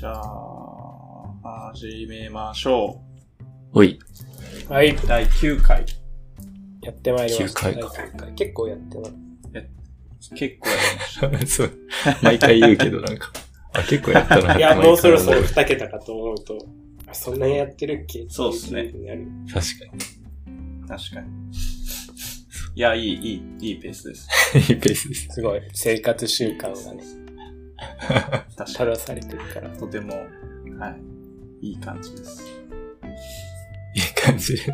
じゃあ、始めましょおい。 はい。 第9回。 やってまいりました。 9回か。 第9回。結構やってます。 結構やりました。 そう。毎回言うけどなんか、結構やったな。 いや、もうそろそろ2桁かと思うと、そんなにやってるっけ？ そうですね。 確かに。確かに。いや、いいペースです。 いいペースです。 すごい。生活習慣がね、正されてるから。 とても、はい。いい感じです。 いい感じです。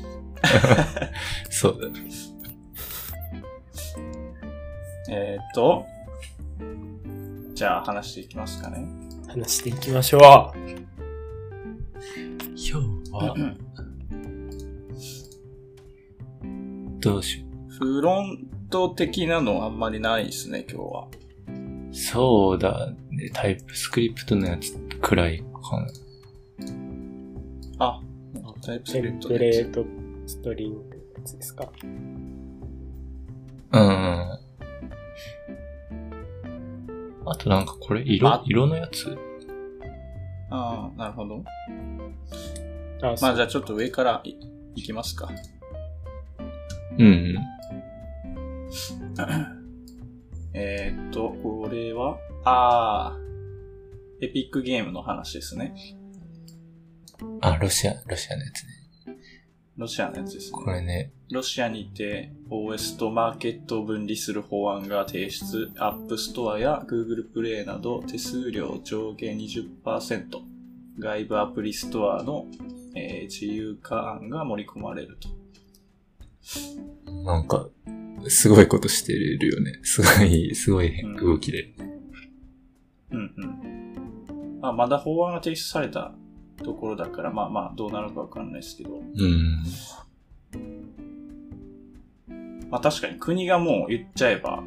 そうだね。 じゃあ話していきますかね。 話していきましょう。 今日は、どうしよう。 フロント的なのあんまりないですね、今日は。 そうだね。タイプスクリプトのやつくらいかな。 あ、タイプスクリプトテンプレートストリングのやつですか？ あとなんかこれ色のやつ？ ああ、なるほど。 まあじゃあちょっと上からいきますか。これは、エピックゲームの話ですね。 ロシアのやつね。 ロシアのやつですね。 これね。 ロシアにて OS とマーケットを分離する法案が提出、App Store や Google Play など手数料上限 20%、外部アプリストアの、自由化案が盛り込まれると。 なんか、すごいことしてるよね。すごい動きで。 まだ法案が提出されたところだから、どうなるかわかんないですけど。確かに国がもう言っちゃえば、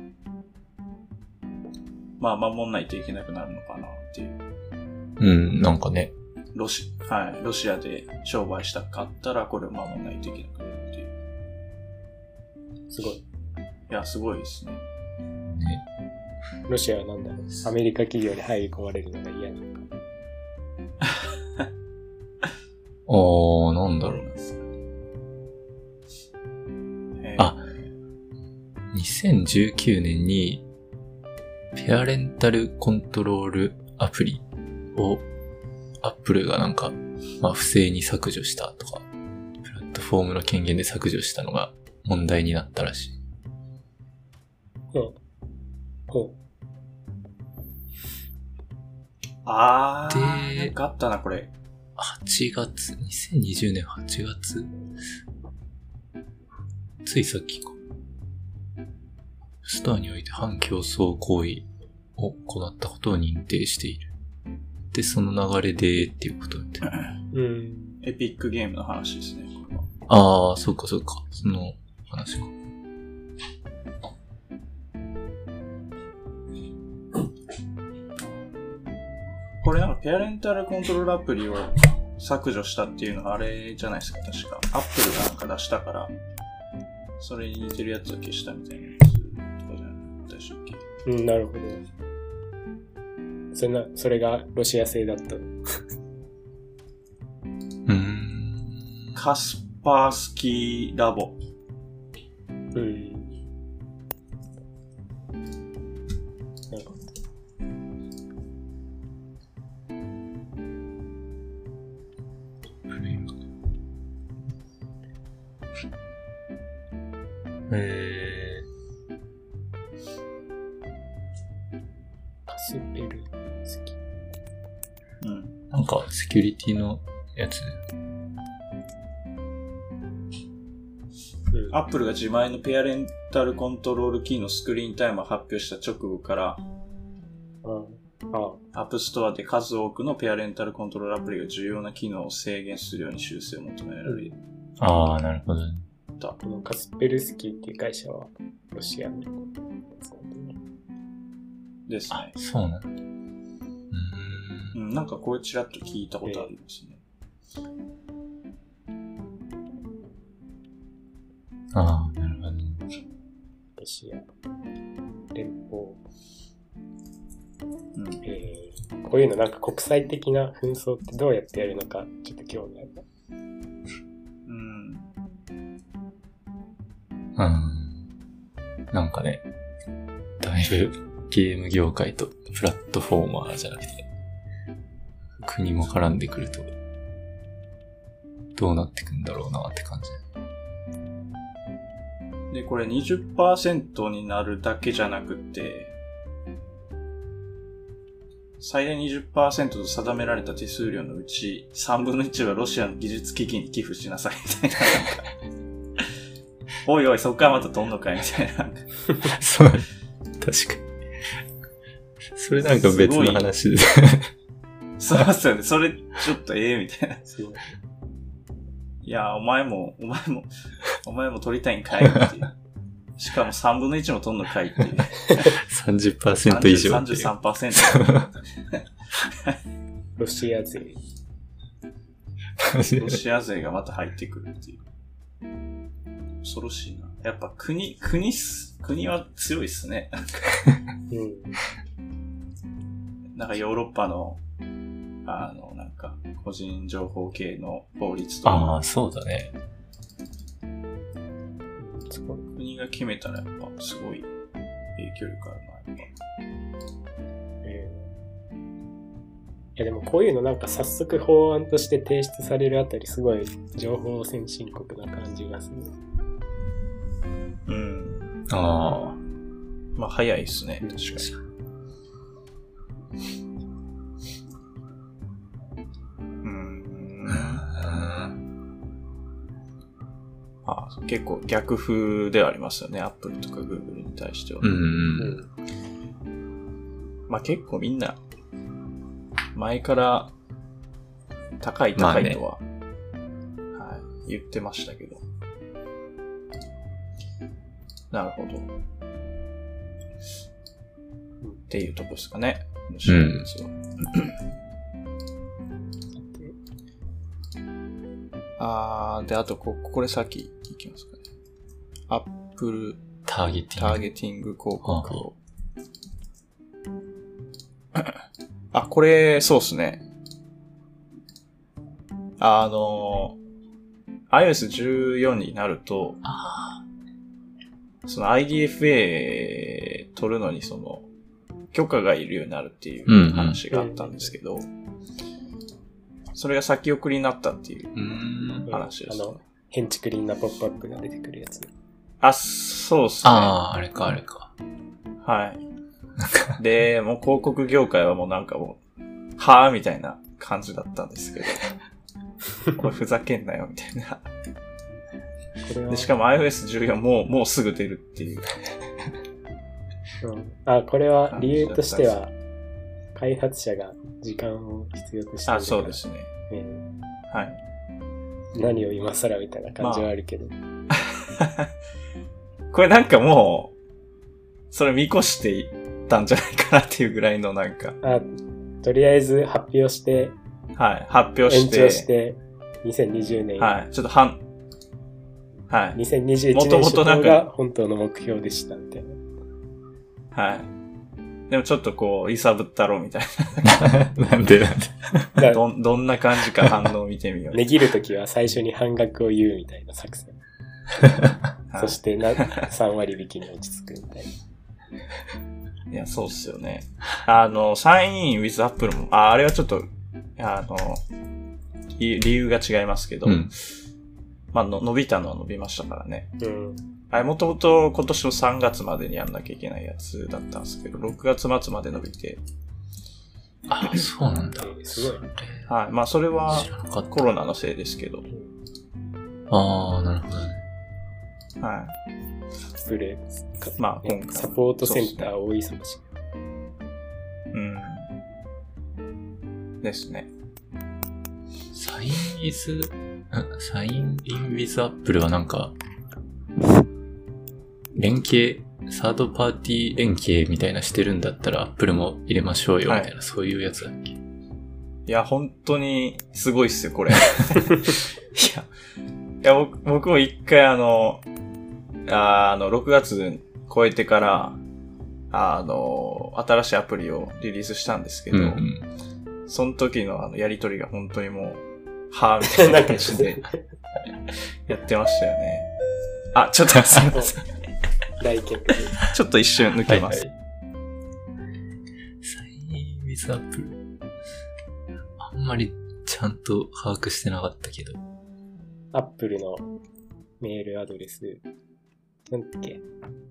守んないといけなくなるのかなっていう。 なんかね。 ロシアで商売したかったら、これを守んないといけなくなるっていう。 すごい。 いや、すごいですね。 ロシアはなんだろう。アメリカ企業に入り込まれるのが嫌なのか。 なんだろう。2019年に、ペアレンタルコントロールアプリを、アップルがなんか、不正に削除したとか、プラットフォームの権限で削除したのが問題になったらしい。 なんかあったな、これ。 2020年8月ついさっきか。ストアにおいて反競争行為を行ったことを認定している。で、その流れでっていうことみたいな。 エピックゲームの話ですね、これは。そうか。その話か。 これなんかペアレンタルコントロールアプリを削除したっていうのはあれじゃないですか、確か。アップルがなんか出したから、それに似てるやつを消したみたいなやつとかじゃなかったでしたっけ？ なるほど。それがロシア製だった。 カスパースキーラボ。 なるほど。カスペルスキー。 なんかセキュリティのやつ。 アップルが自前のペアレンタルコントロールキーのスクリーンタイムを発表した直後から、アップストアで数多くのペアレンタルコントロールアプリが重要な機能を制限するように修正を求められる。 なるほどね。 このカスペルスキーっていう会社はロシアのやつなんでね。 ですね。 そうなんだ。 なんかこれちらっと聞いたことありますね。 なるほどね。 ロシア連邦、 こういうのなんか国際的な紛争ってどうやってやるのかちょっと興味あるな。 なんかね、だいぶゲーム業界とプラットフォーマーじゃなくて、国も絡んでくると、どうなってくんだろうなって感じ。 で、これ 20% になるだけじゃなくて、最大 20% と定められた手数料のうち3分の1はロシアの技術基金に寄付しなさいみたいな。おいおい、そっからまた飛んのかいみたいな。 そう、確かに。それなんか別の話で。 そうっすよね。それちょっとみたいな。いや、お前も取りたいんかいっていう。しかも3分の1も取んのかいっていう。 30% 以上。 33%。 ロシア税。 ロシア税がまた入ってくるっていう。恐ろしいな。やっぱ国は強いっすね。なんかヨーロッパの、なんか、個人情報系の法律とか。 ああ、そうだね。 国が決めたらやっぱすごい影響力あるな、やっぱ。 いやでもこういうのなんか早速法案として提出されるあたりすごい情報先進国な感じがする。 ああ。 まあ早いっすね、確かに。結構逆風ではありますよね、Apple とか Google に対しては。まあ結構みんな、前から高いとは、はい、言ってましたけど。なるほど。っていうとこですかね。で、あとこれ先いきますかね。Apple ターゲティング広告を。これ、そうっすね。iOS14 になると、その IDFA 取るのに許可がいるようになるっていう話があったんですけど、それが先送りになったっていう話です、ね。 変築輪なポップアップが出てくるやつ。 そうっすね。 あれか。 はい。で、もう広告業界はもうなんかもう、はぁみたいな感じだったんですけど。これふざけんなよ、みたいな。で、しかも iOS14 もうすぐ出るっていう。 これは理由としては、開発者が時間を必要としているから。 そうですね。はい。 何を今更みたいな感じはあるけど。 これなんかもう、それ見越していったんじゃないかなっていうぐらいのなんか。 とりあえず発表して、 はい、発表して。 延長して、2020年。 はい、ちょっとはい。 2021年初頭が本当の目標でしたみたいな。 はい。でもちょっと揺さぶったろみたいな。なんでどんな感じか反応を見てみよう。 値切るときは最初に半額を言うみたいな作戦。そして3割引きに落ち着くみたいな。 いや、そうっすよね。サインイン with Apple も、あれはちょっと、理由が違いますけど、まあ、伸びたのは伸びましたからね。あれ、もともと今年の3月までにやんなきゃいけないやつだったんですけど、6月末まで伸びて。 そうなんだ。 すごい。 はい。まあ、それはコロナのせいですけど。 なるほどね。 はい。 まあ、今回。サポートセンター多いかもしれない。 ですね。 サインインウィズアップルはなんか、サードパーティー連携みたいなしてるんだったらアップルも入れましょうよみたいな、そういうやつだっけ？ いや、本当にすごいっすよ、これ。いや、僕も一回6月超えてから、新しいアプリをリリースしたんですけど、 その時のやりとりが本当にもう、はぁみたいな感じでやってましたよね。あ、ちょっとすみません。 来客で。 ちょっと一瞬抜けます。 サインウィズアップル。あんまりちゃんと把握してなかったけど。 アップルのメールアドレス、なんだっけ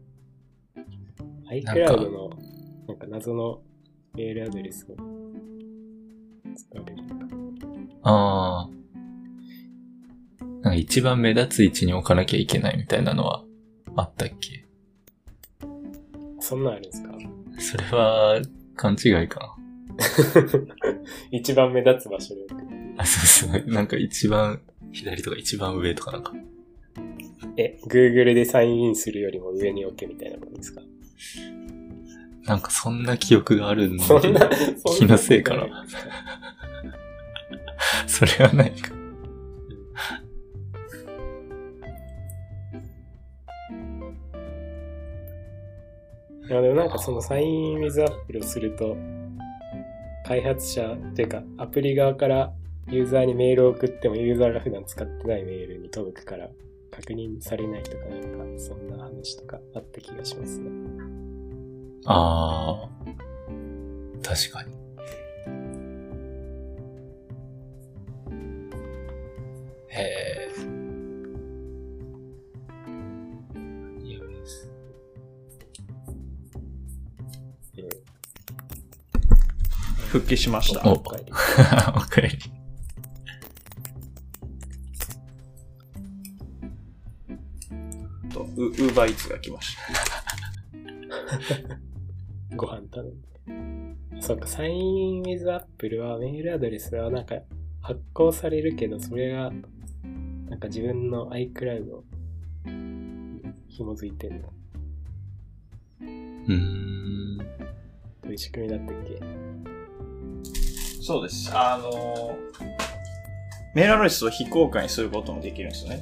?iCloud のなんか謎のメールアドレスを使われるのか。 ああ。なんか一番目立つ位置に置かなきゃいけないみたいなのはあったっけ？ そんなんあるんですか？ それは勘違いかな。 一番目立つ場所に置く。 あ、そうそう。なんか一番左とか一番上とかなんか。 Google でサインインするよりも上に置けみたいなことですか？ なんかそんな記憶があるんで、 そんな気のせいかな。それはないか。 いやでもなんかそのサインウィズアップルをすると、開発者っていうかアプリ側からユーザーにメールを送ってもユーザーが普段使ってないメールに届くから確認されないとかなんかそんな話とかあった気がしますね。 ああ、確かに。へえ。いやです。 復帰しました。 おかえり。おかえり。 ウーバーイーツが来ました。 ご飯頼んで。そっか、サインウィズアップルはメールアドレスはなんか発行されるけど、それがなんか自分の iCloud を紐づいてるの。どういう仕組みだったっけ？ そうです。メールアドレスを非公開にすることもできるんですよね。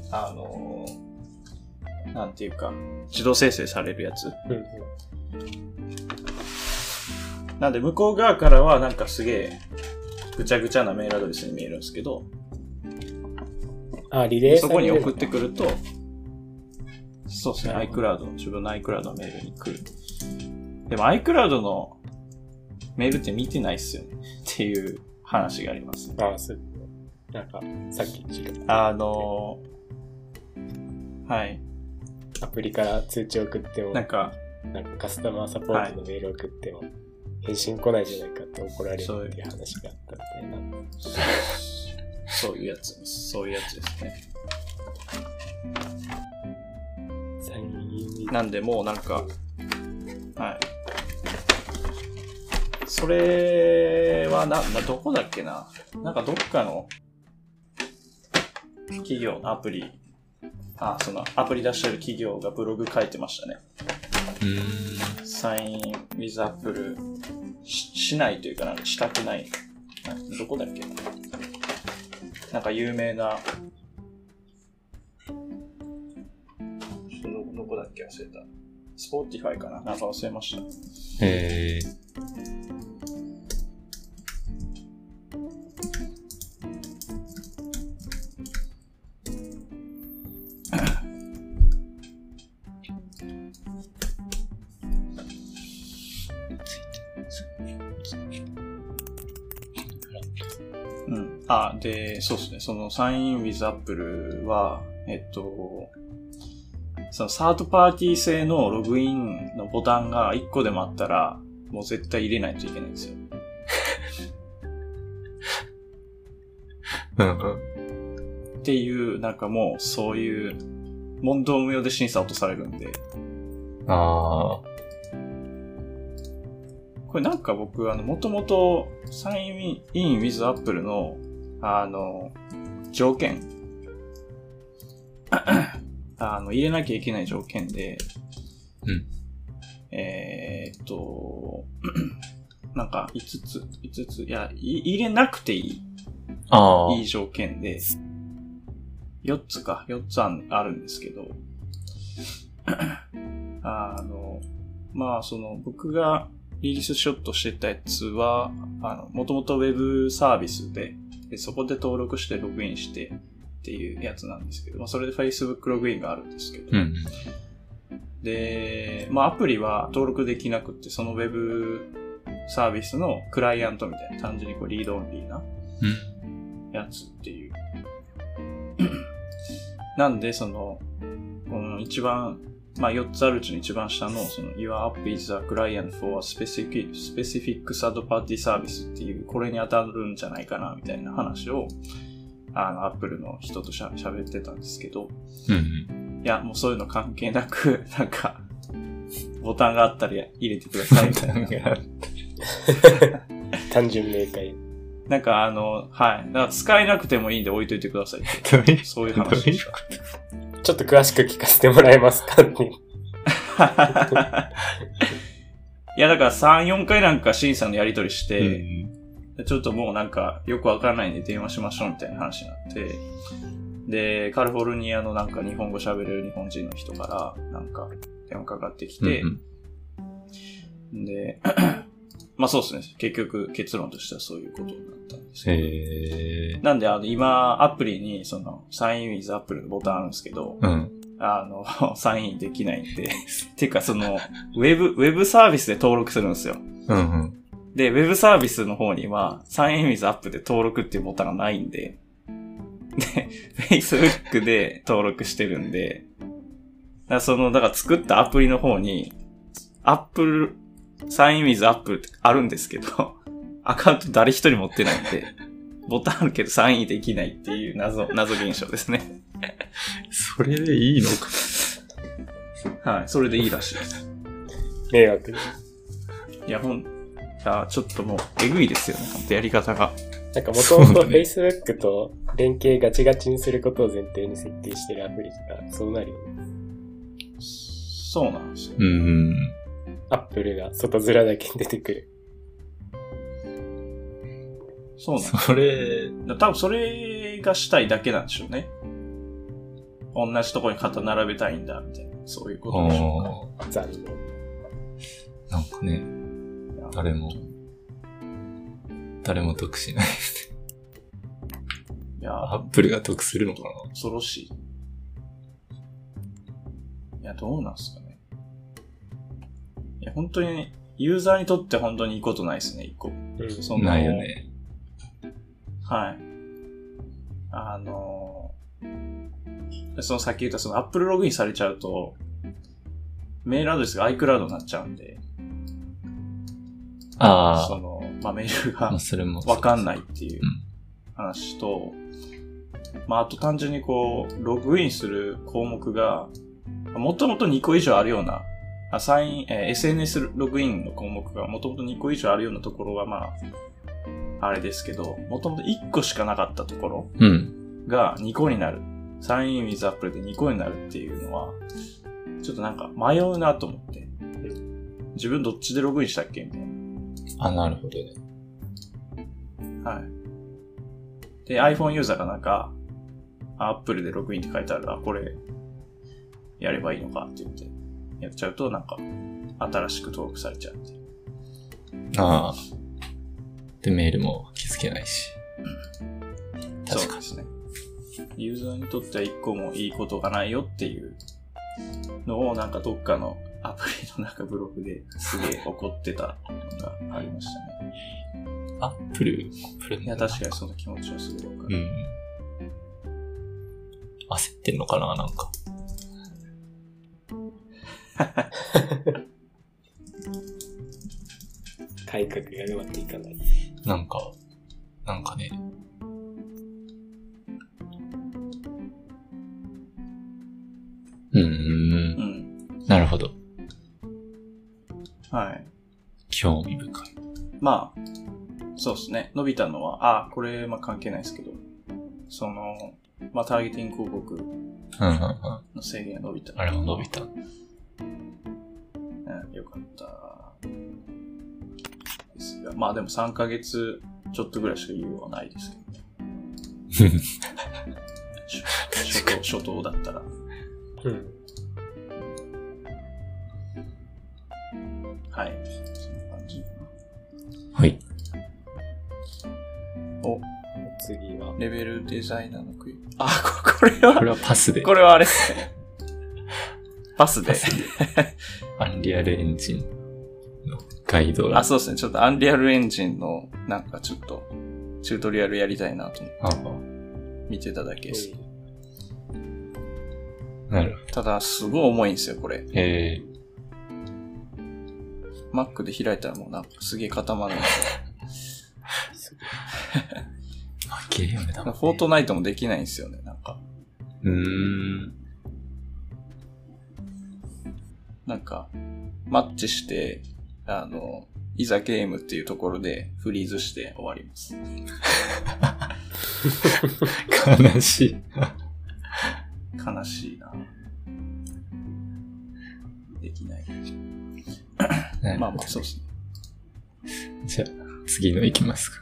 なんていうか、自動生成されるやつ。なんで、向こう側からはなんかすげえ、ぐちゃぐちゃなメールアドレスに見えるんですけど、 リレーそこに送ってくると、そうですね、iCloud、自分の iCloud のメールに来る。でも iCloud のメールって見てないっすよねっていう話がありますね。 そう。なんか、さっき違う。 はい。 アプリから通知を送っても、 なんかカスタマーサポートのメールを送っても、返信来ないじゃないかって怒られるっていう話があったみたいな。 そういうやつですね。なんでもうなんか、はい。それはどこだっけな。なんかどっかの企業のアプリ、そのアプリ出してる企業がブログ書いてましたね。サインウィズアップルしないというかしたくない。どこだっけな。なんか有名な、どこだっけ忘れた。スポーティファイかな、なんか忘れました。 へー。 で、そうですね。そのサインウィズアップルは、そのサードパーティー製のログインのボタンが1個でもあったら、もう絶対入れないといけないんですよ。っていう、なんかもうそういう問答無用で審査落とされるんで。これなんか僕、もともとサインインウィズアップルの条件入れなきゃいけない条件で、なんか5つ、入れなくていい条件で、4つあるんですけど、まあ、僕がリリースしようとしてたやつは、もともとウェブサービスで、そこで登録してログインしてっていうやつなんですけど、まあ、それで Facebook ログインがあるんですけど、 うん。 で、まあ、アプリは登録できなくって、そのウェブサービスのクライアントみたいな、単純にこうリードオンリーなやつっていう。なんで、この一番、まあ、4つあるうちの一番下の、Your app is a client for a specific third party service っていう、これに当たるんじゃないかな、みたいな話を、Apple の人と喋ってたんですけど、いや、もうそういうの関係なく、なんか、ボタンがあったら入れてください、みたいな。 単純明快。 なんかはい。だから使えなくてもいいんで置いといてくださいって。そういう話でした。 ちょっと詳しく聞かせてもらえますかって。 いや、だから3、4回なんか審査のやり取りして、ちょっともうなんかよくわからないんで電話しましょうみたいな話になって、で、カリフォルニアのなんか日本語喋れる日本人の人からなんか電話かかってきて、で、まあそうですね。結局結論としてはそういうことになったんですけど。なんで今アプリにサインウィズアップルのボタンあるんですけど、サインできないんで。てかウェブサービスで登録するんですよ。で、ウェブサービスの方にはサインウィズアップで登録っていうボタンがないんで、で、Facebook で登録してるんで、だから作ったアプリの方に、Appleサインウィズアップルってあるんですけど、アカウント誰一人持ってないんで、ボタンあるけどサインできないっていう謎現象ですね。 それでいいのか。はい、それでいいらしいです。 迷惑。 いや、ちょっともう、えぐいですよね、ほんとやり方が。 なんかもともと Facebook と連携ガチガチにすることを前提に設計してるアプリとか、そうなるよね。 そうなんですよ。 アップルが外面だけに出てくる。 そうなんです。多分それがしたいだけなんでしょうね。同じところに肩並べたいんだ、みたいな。そういうことでしょうか。 残念。 なんかね、誰も得しないですね。 いや、 アップルが得するのかな？ 恐ろしい。いや、どうなんすかね。いや、本当に、ユーザーにとって本当にいいことないですね、一個。 ないよね。 はい。さっき言ったApple ログインされちゃうと、メールアドレスが iCloud になっちゃうんで、メールがわかんないっていう話と、あと単純にログインする項目が、もともと2個以上あるような、SNS ログインの項目がもともと2個以上あるようなところはあれですけど、もともと1個しかなかったところが2個になる。サインウィズアップルで2個になるっていうのは、ちょっとなんか迷うなと思って。自分どっちでログインしたっけみたいな。 なるほどね。 はい。で、iPhone ユーザーがなんか、Apple でログインって書いてあるこれ、やればいいのかって言って、やっちゃうとなんか、新しく登録されちゃうっていう。 で、メールも気づけないし。 確かにですね。ユーザーにとっては一個もいいことがないよっていうのをなんかどっかのアプリの中ブログですげえ怒ってたのがありましたね。 アップルいや、確かにその気持ちはすごいわかる。 焦ってんのかな、なんか。 改革がうまくいかない。 なんかね。なるほど。 はい。 興味深い。 そうですね。伸びたのは、これ、関係ないですけど、ターゲティング広告の制限が伸びた。 あれも伸びた。 よかったですが、でも3ヶ月ちょっとぐらいしか言いようはないですけどね。初頭だったら。はい。そんな感じはい。 お、 次は。 レベルデザイナーのクイズ。あ、これは、 これはパスで。 これはあれですね。パスで。 パスでアンリアルエンジンのガイドが。 あ、そうですね。ちょっとアンリアルエンジンの、なんかちょっと、チュートリアルやりたいなと思って見てただけです。 なるほただ、すごい重いんですよ、これ。 ど。 Mac で開いたらもうなんかすげえ固まるんですまあ、ゲームだもんよ。 ね。 フォートナイトもできないんですよね、なんか。なんか、マッチして、いざゲームっていうところでフリーズして終わります。 悲しい。 悲しいな。できない。まあまあ、そうですね。 じゃあ、次のいきますか。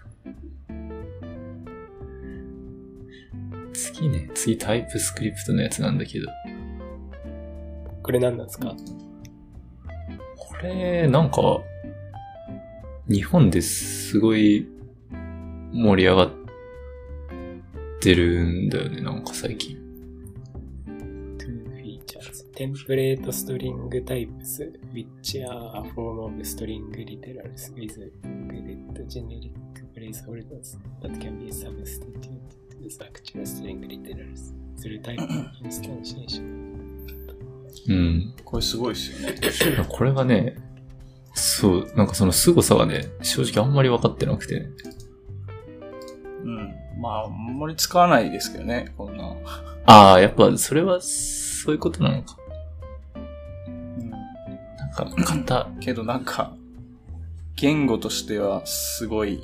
次タイプスクリプトのやつなんだけど。 これ何なんですか？ これ、なんか、日本ですごい盛り上がってるんだよね、なんか最近。 Features Template String Types which are a form of string literals with embedded generic placeholders that can be substituted with actual string literals through type instantiation。 うん。 これすごいですよね。 これがね、そう、なんかその凄さがね、正直あんまり分かってなくてね。 うん。まあ、あんまり使わないですけどね、こんな。 ああ、やっぱそれはそういうことなのか。なんか、 けどなんか、言語としてはすごい、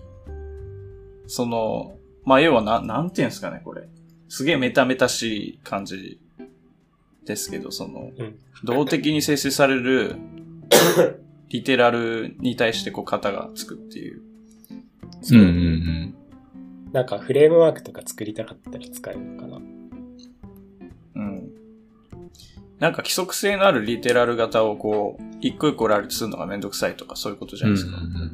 まあ要はなんていうんですかね、これ。すげえメタメタしい感じですけど、動的に生成されるリテラルに対してこう型がつくっていう。 うんうんうん。 なんかフレームワークとか作りたかったら使えるのかな。 うん。なんか規則性のあるリテラル型をこう、一個一個ラルするのがめんどくさいとかそういうことじゃないですか。 うんうんうん、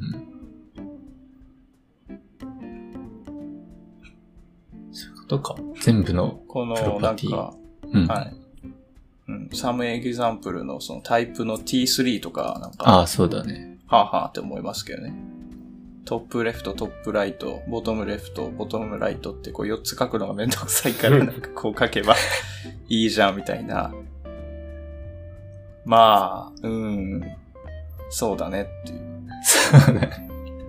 そういうことか。全部のこのプロなんパティ。 か、 うん、 はい。うん。サムエグザンプルのそのタイプの T3 とかなんか、 ああ、そうだね。 はぁはぁって思いますけどね。トップレフト、トップライト、ボトムレフト、ボトムライトってこう4つ書くのがめんどくさいからなんかこう書けばいいじゃんみたいな。まあ、そうだねっていう。 そうだね。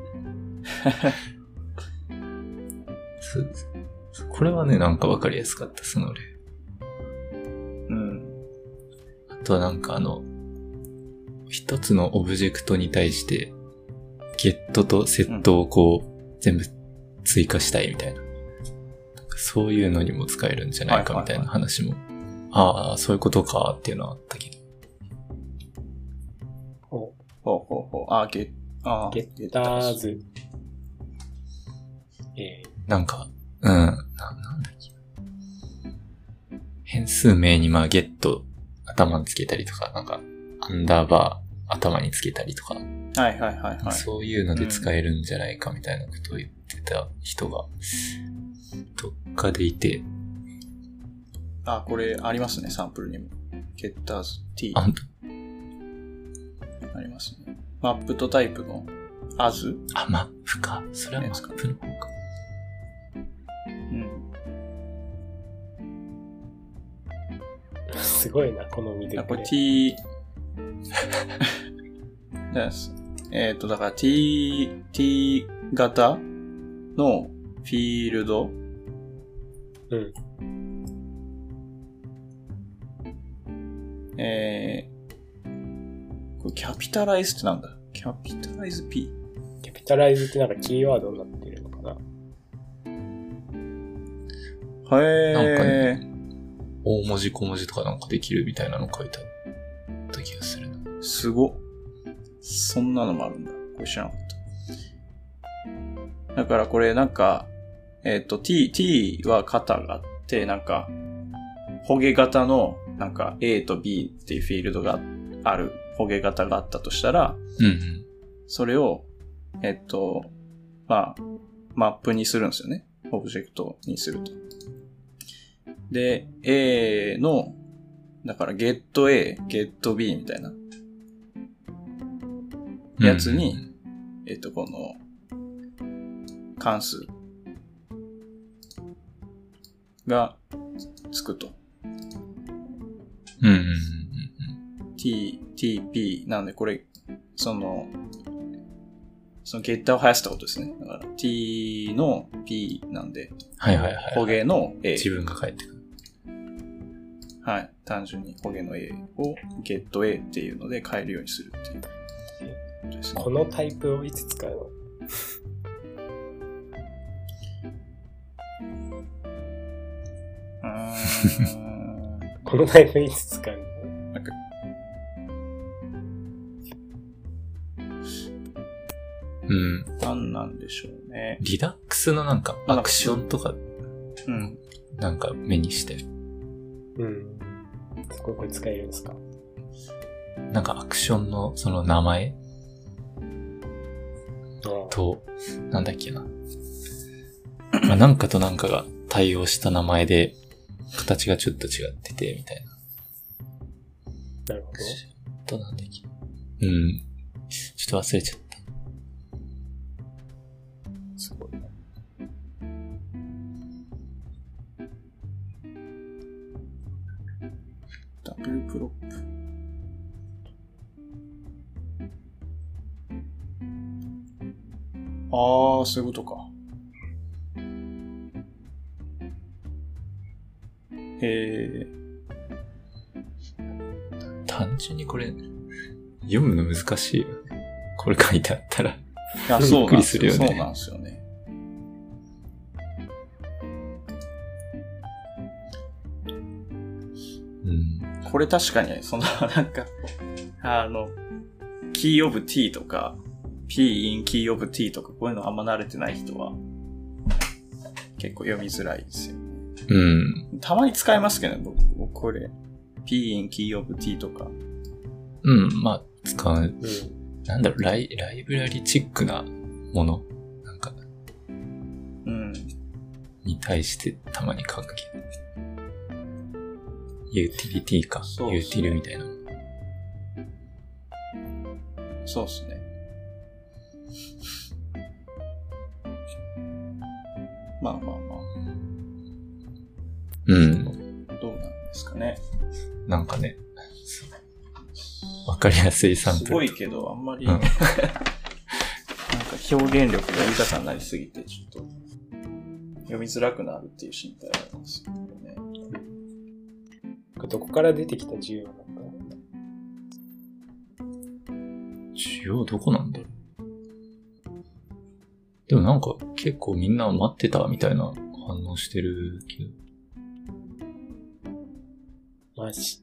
これはね、なんかわかりやすかった、その例。 うん。 あとはなんか一つのオブジェクトに対して、ゲットとセットをこう、全部追加したいみたいな。なんかそういうのにも使えるんじゃないかみたいな話も。ああ、そういうことかっていうのはあったけど。 ほう。ゲッターズ。 なんか、なんだっけ。変数名にゲット頭につけたりとか、なんか、アンダーバー頭につけたりとか。 はい。 そういうので使えるんじゃないかみたいなことを言ってた人が、どっかでいて。 あ、これありますね、サンプルにも。ゲッターズ T。 あ、本当？ ありますね。マップとタイプの as？ あ、マップか。それはマップの方か。 すごいな、この水これ T です。だから T 型のフィールド。 うん。 これキャピタライズってなんだ？キャピタライズ P？ キャピタライズってなんかキーワードになってるのかな？ なんかね、大文字小文字とかなんかできるみたいなの書いてあった気がするな。 すごっ。そんなのもあるんだ。これ知らなかった。だからこれなんか、T は型があって、なんか、ホゲ型の、なんか A と B っていうフィールドがあるホゲ型があったとしたら、 うんうん、 それをまあ、マップにするんですよね。オブジェクトにすると。で、A の、だから getA、getB みたいなやつに、この関数がつくと。TP なんでこれ、そのゲッターを生やしたことですね。だから T の P なんで、捕虜の A。 自分が返ってくる。 はい。単純に捕虜の A を getA っていうので変えるようにするっていうことですね。 このタイプをいつ使うの？このタイプいつ使うの？ なんか何なんでしょうね。 リダックスのなんかアクションとか、なんか目にして。 これ使えるんですか？ なんかアクションのその名前と、なんだっけな。なんかとなんかが対応した名前で、形がちょっと違ってて、みたいな。 なるほど。 ちょっとなんだっけ。ちょっと忘れちゃった。 すごいな。 ダブルプロップ。ああ、そういうことか。 単純にこれ、読むの難しいよね。これ書いてあったら。 いや、そうなんですよ。 びっくりするよね。 そうなんですよね。これ確かに、なんか、キーオブ T とか、P in キーオブ T とか、こういうのあんま慣れてない人は、結構読みづらいですよ。たまに使いますけどね、僕これ。P in キーオブ T とか。 まあ、使う。なんだろう、ライブラリチックなものなんか、に対してたまに書くけど。ユーティリティか。ユーティルみたいな。 そうですね。まあ。どうなんですかね。 なんかね、わかりやすいサンプル。 すごいけど、あんまり、なんか表現力が豊かになりすぎて、ちょっと読みづらくなるっていう心配があるんですよね。 どこから出てきた需要なんだ？ 需要どこなんだろう。でもなんか結構みんな待ってたみたいな反応してるけど。 マジ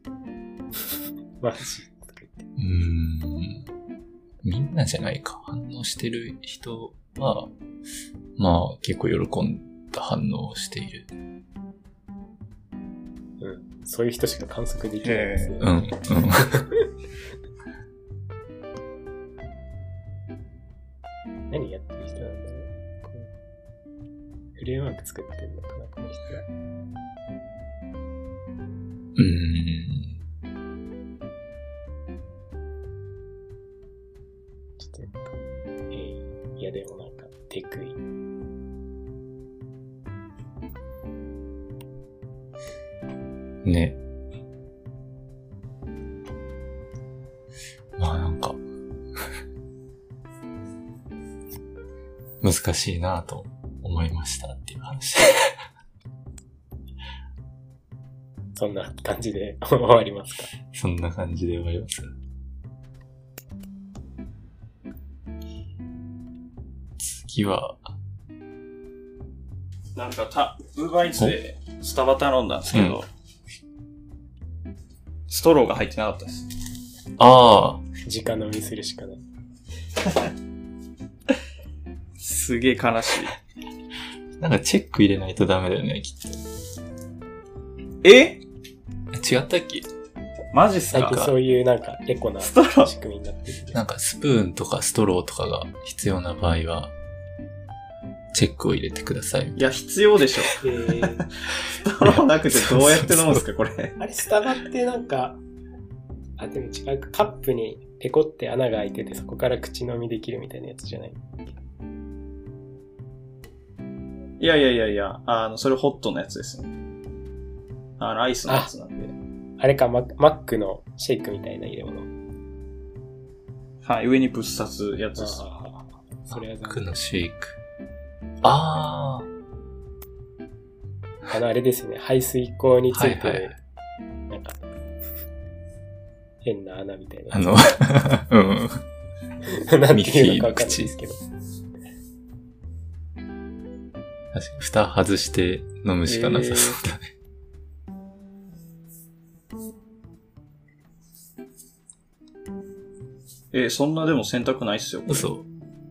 みんなじゃないか。反応してる人は、まあ結構喜んだ反応をしている。 そういう人しか観測できないですね。何やってる人なんだろう。フレームワーク作ってるのかな、この人は。ちょっとなんか、いやでもなんか、テクイ。 ね。まあなんか、難しいなぁと思いましたっていう話。 そんな感じで終わりますか？ そんな感じで終わります。次は、 なんかウーバーイーツでスタバ頼んだんですけど、ストローが入ってなかったです。 ああ。 直飲みするしかない。 すげえ悲しい。なんかチェック入れないとダメだよね、きっと。 違ったっけ？ マジっすか？ 最近そういうなんかエコなストロー仕組みになってる。 なんかスプーンとかストローとかが必要な場合は、チェックを入れてください。 いや、必要でしょ。ストローなくてどうやって飲むんですか、これ。 あれ、スタバってなんか、あ、でも違うか、カップにペコって穴が開いてて、そこから口飲みできるみたいなやつじゃない？ いや、それホットのやつですね。アイスのやつなんで。 あれか、マックのシェイクみたいな入れ物。 はい、上にぶっ刺すやつです。 ああ、それはマックのシェイク。ああれですよね、排水口についてる、 はいはいなんか、変な穴みたいな。 うん。 なんていうのかわかんないですけど。 確かに蓋外して飲むしかなさそうだね。 そんなでも選択ないっすよ。 嘘。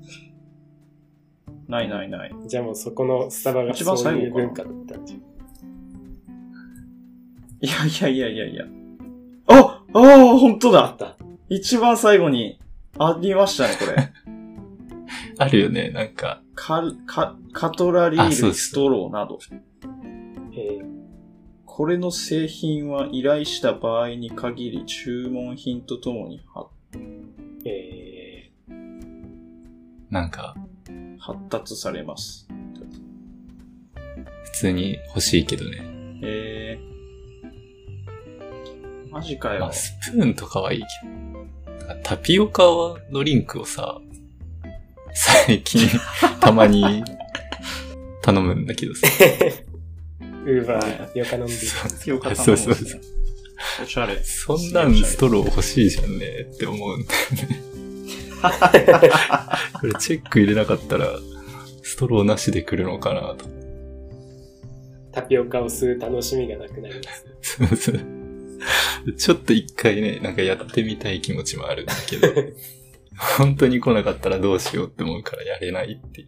ない。 じゃあもうそこのスタバが一番そう最後かないう文化だったんじゃん。 いや。あ、本当だ。 あった。 一番最後にありましたね、これ。 あるよね、なんか。 カトラリー類、 あそうですストローなど。 えこれの製品は依頼した場合に限り注文品とともになんか、 発達されます。 普通に欲しいけどね。 マジかよ。 まあ、スプーンとかはいいけど。なんかタピオカのリンクをさ、最近たまに頼むんだけどさ。 ウーバーでタピオカ飲んでる。 タピオカ頼そうむんですね。おしゃれ。 そんなんストロー欲しいじゃんねって思うんだよね。これチェック入れなかったら、ストローなしで来るのかなと。 タピオカを吸う楽しみがなくなります。 ちょっと一回ね、なんかやってみたい気持ちもあるんだけど、本当に来なかったらどうしようって思うからやれないっていう。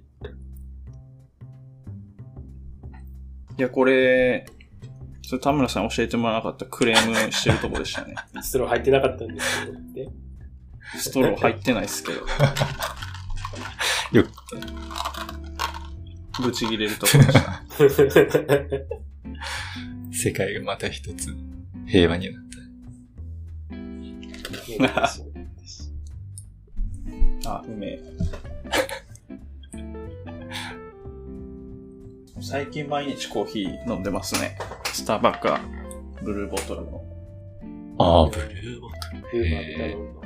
いや、これ田村さん教えてもらわなかったクレームしてるとこでしたね。 ストロー入ってなかったんですけどって。 ストロー入ってないっすけど。 よく、 ぶち切れるとこでした。 世界がまた一つ平和になった。 あ、うめえ。最近毎日コーヒー飲んでますね。スターバッカー、ブルーボトルの。 ああ、ブルーボトル。 ウーバーで頼むの。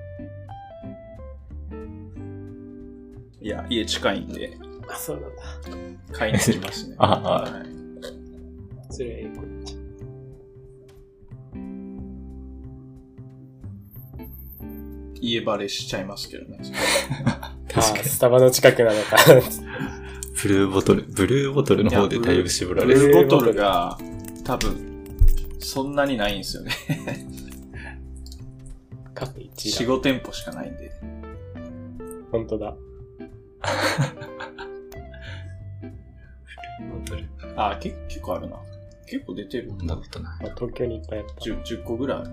いや、家近いんで、 あ、そうなんだ。 買いに行きますね。 あはい、 それはええこっちゃ。 家バレしちゃいますけどね。 確かに。 スタバの近くなのか。 ブルーボトルの方でだいぶ絞らブれる。 ルーボトルが多分、そんなにないんですよね。 カフェ1 4、5店舗しかないんで。 本当だ。 あ、結構あるな。結構出てる。 飲んだことない。 東京にいっぱいあった。 10個ぐらいある。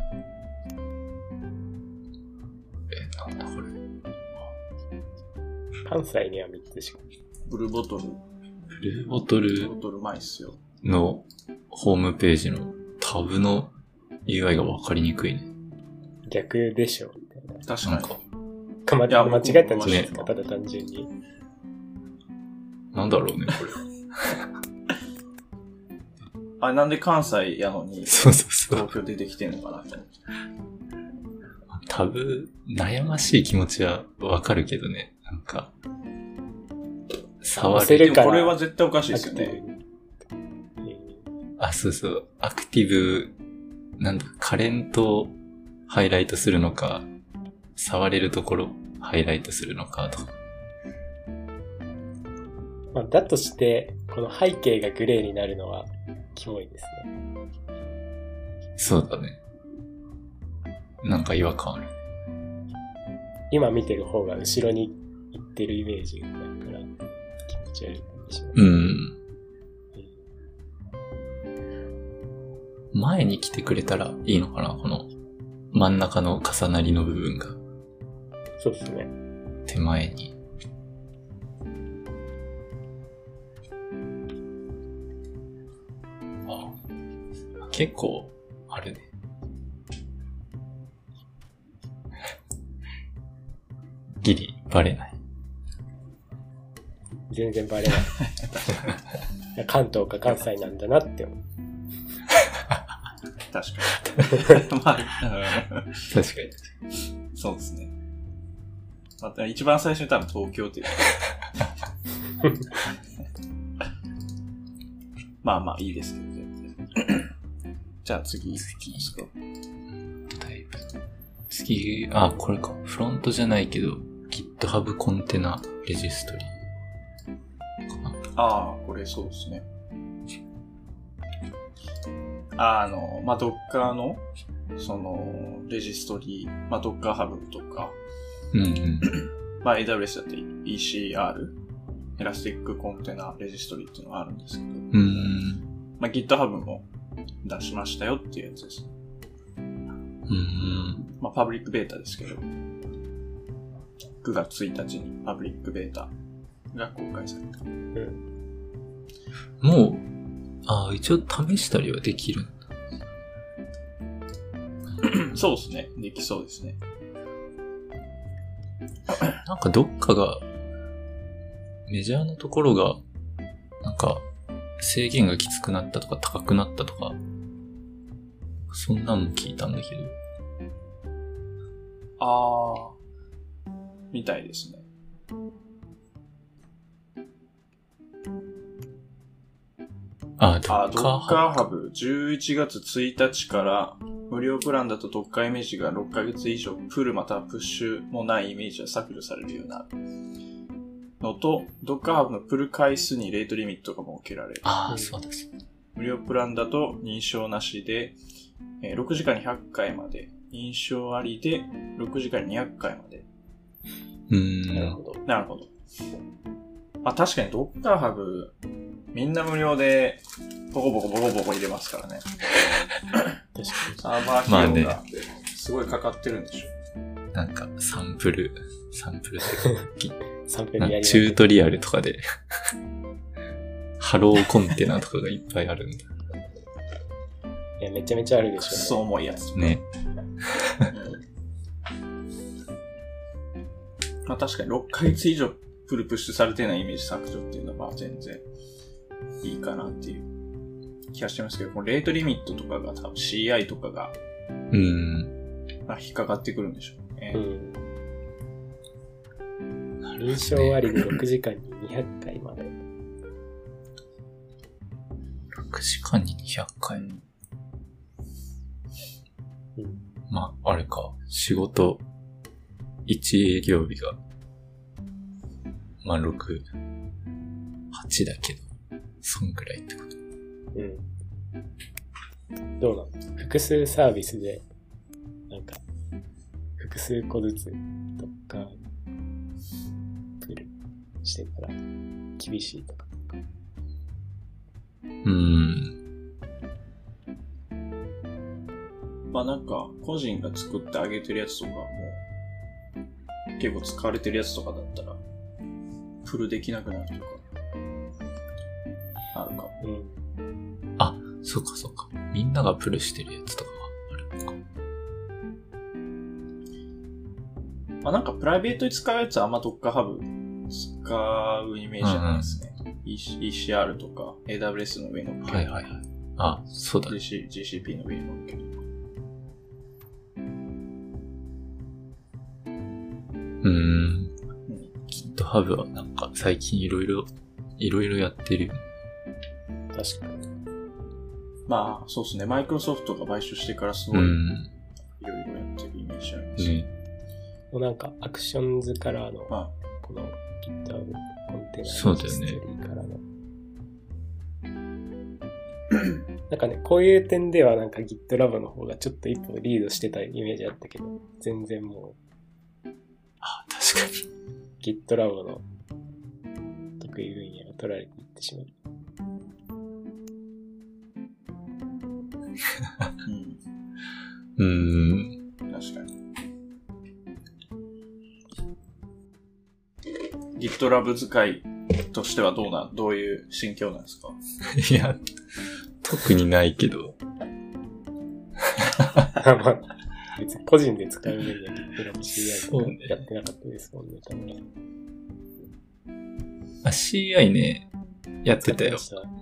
なんだこれ。 関西には3つしか。 ブルーボトル。 ブルーボトルボトルうまいっすよ。 のホームページのタブの UI が分かりにくいね。 逆でしょみたいな。 確かに。 間違えたんじゃないですか、 ねただ単純に。 なんだろうね、これ。 あ、なんで関西やのに、 そうそうそう。 東京出てきてんのかなと思って。 タブ、悩ましい気持ちはわかるけどね。なんか、触れる。 押せるからこれは絶対おかしいですよね。 あ、そうそう。アクティブ、なんだ、カレントをハイライトするのか、触れるところハイライトするのかとか。 まあ、だとして、この背景がグレーになるのは、キモいですね。 そうだね。なんか違和感ある。 今見てる方が後ろに行ってるイメージがあるから、気持ち悪いかもしれない。 うん。 前に来てくれたらいいのかな、この真ん中の重なりの部分がそうですね。 手前に。あ、結構あるね。ギリバレない。 全然バレない。関東か関西なんだなって思う。 確かに。まあ、 確かに。 そうですね。また一番最初に多分東京っていう。まあまあいいですけどね。じゃあ次。 次。だいぶ。次、あ、これか。フロントじゃないけど、GitHub コンテナレジストリー。 ああ、これそうですね。まあ、Docker の、レジストリー、まあ、Docker Hub とか、 うんうん。 まあ、AWS だって ECR、エラスティックコンテナレジストリーっていうのがあるんですけど、まあ、GitHub も出しましたよっていうやつです。まあ、パブリックベータですけど、9月1日にパブリックベータが公開された。 もう、一応試したりはできるんだ。 そうですね。できそうですね。 なんかどっかが、メジャーのところが、なんか、制限がきつくなったとか高くなったとか、そんなんも聞いたんだけど。 みたいですね。Docker Hub 11月1日から無料プランだと Docker イメージが6ヶ月以上プルまたはプッシュもないイメージは削除されるようになるのと Docker Hub のプル回数にレートリミットが設けられる。 そうです。 無料プランだと認証なしで、6時間に100回まで、認証ありで6時間に200回まで。 なるほど。 なるほど。まあ確かに Docker Hubみんな無料でボコボコ入れますからね。 確かに。 サーバー費用がすごいかかってるんでしょ。 なんかサンプルってサンプルやります。 チュートリアルとかでハローコンテナとかがいっぱいあるんだ。 いや、めちゃめちゃあるでしょうね。 そう重いやつとか。 ね。 まあ確かに6ヶ月以上プッシュされてないイメージ削除っていうのはまあ全然いいかなっていう気がしてますけど、このレートリミットとかが多分 CI とかが、まあ、引っかかってくるんでしょうね。 認証ありで6時間に200回まで。 6時間に200回。まあ、あれか。仕事、1営業日が、まあ、6、8だけど、そんぐらいってこと。 どうなの？複数サービスで、なんか、複数個ずつとか、プルしてたら、厳しいとか。 まあなんか、個人が作ってあげてるやつとかも、結構使われてるやつとかだったら、プルできなくなるとか、あるか。 そうかそうか。みんながプルしてるやつとかはあるのか。 まあなんかプライベートに使うやつはあんま Docker Hub 使うイメージじゃないですね。ECR とか AWS の上に乗っける。 そうだね。 GCP の上に乗っける。 GitHub はなんか最近いろいろやってるよね。 確かに。 まあ、そうですね。マイクロソフトが買収してからすごい、いろいろやってるイメージありますね。 もうなんか、アクションズからの、この GitHub コンテナレジストリーからの。なんかね、こういう点ではなんか GitLab の方がちょっと一歩リードしてたイメージあったけど、全然もう。 確かに。 GitLab の得意分野が取られていってしまう。 確かに。GitLab 使いとしてはどういう心境なんですか？ いや、特にないけど。 まあ、別に個人で使う分には GitLab CI とかやってなかったですもんね、多分。 CI ね、やってたよ。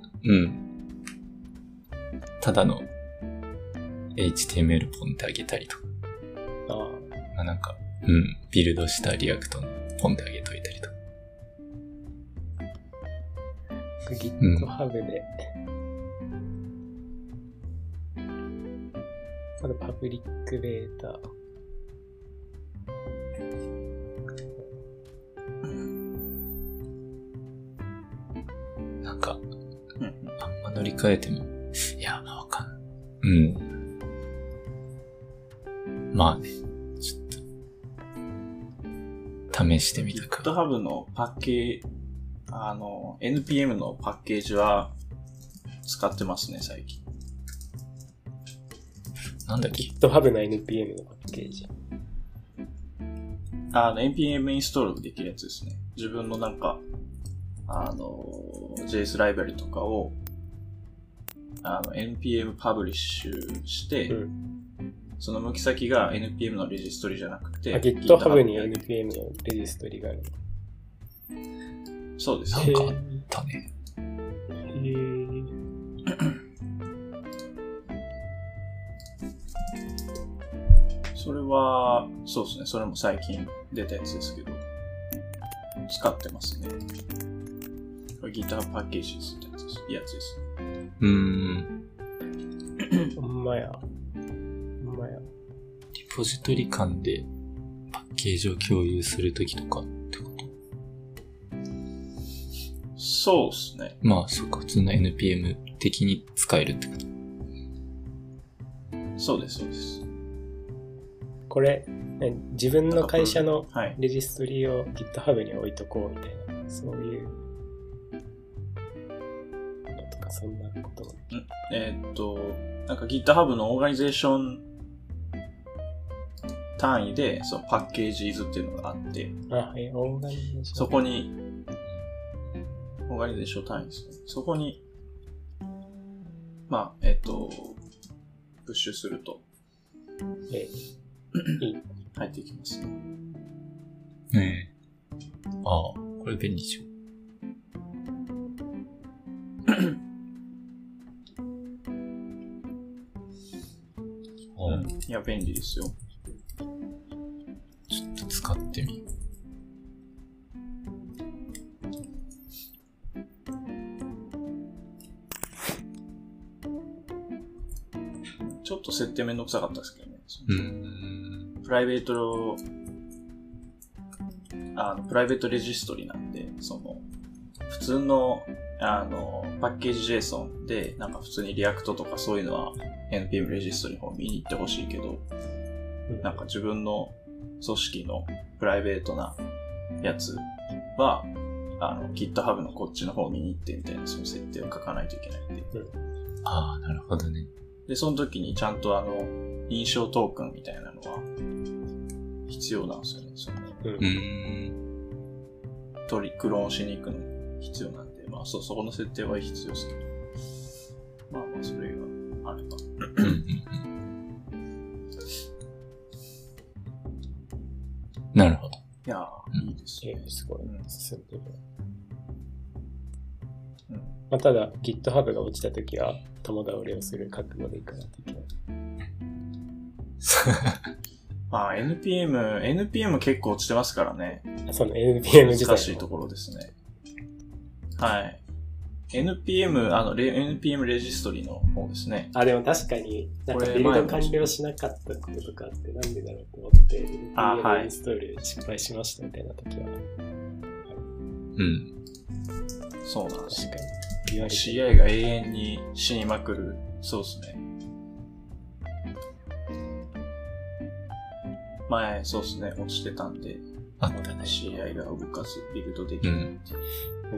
ただの HTML ポンってあげたりとか。なんか、ビルドしたリアクトのポンってあげといたりとか。 GitHub で、あとパブリックベータ。 なんか、あんま乗り換えても、いや、わかんない。まあね、ちょっと、試してみたか。 GitHub のパッケージ、NPM のパッケージは使ってますね、最近。 なんだっけ？ GitHub の NPM のパッケージ。 NPM インストールできるやつですね。自分のなんか、JS ライブラリとかを、NPM パブリッシュして、その向き先が NPM のレジストリじゃなくて、 GitHub に NPM のレジストリがある。 そうです。 なんかあったね。 それは、そうですね。それも最近出たやつですけど、使ってますね。これ GitHub パッケージですってやつです。 ほんまや。 リポジトリ間でパッケージを共有するときとかってこと？ そうですね。 まあ、そうか。普通の NPM 的に使えるってこと？ そうです、そうです。 これ、自分の会社のレジストリを GitHub に置いとこうみたいな、そういうのとか、そんなことも。 なんか GitHub のオーガニゼーション単位で、そのパッケージ図っていうのがあって、 オーガニゼーション。 そこに、オーガニゼーション単位ですね。そこに、まあ、プッシュすると、入っていきますね。 これ便利じゃん。 いや、便利ですよ。 ちょっと使ってみる。 ちょっと設定めんどくさかったですけどね。プライベートレジストリなんで、普通の、パッケージ JSON で、なんか普通にリアクトとかそういうのは NPM レジストリの方見に行ってほしいけど、なんか自分の組織のプライベートなやつは、GitHub のこっちの方見に行ってみたいな、その設定を書かないといけないんで。 なるほどね。 で、その時にちゃんと認証トークンみたいなのは必要なんですよね。クローンしに行くの必要なんで、まあそこの設定は必要ですけど。まあそれがあれば。 なるほど。 いやー、いいですね。 すごい、進んでる。まあ、ただ GitHub が落ちたときは友倒れをする覚悟でいかないといけない。 まあ NPM 結構落ちてますからね。 その NPM 自体難しいところですね。はい。NPM レジストリの方ですね。 でも確かに、なんかビルド完了しなかったこととかあって、なんでだろうと思って、NPM インストール失敗しましたみたいな時は。 そうなんです。 確かに。 CI が永遠に死にまくる。そうですね。前、そうですね。落ちてたんで。CI が動かずビルドできるっていう。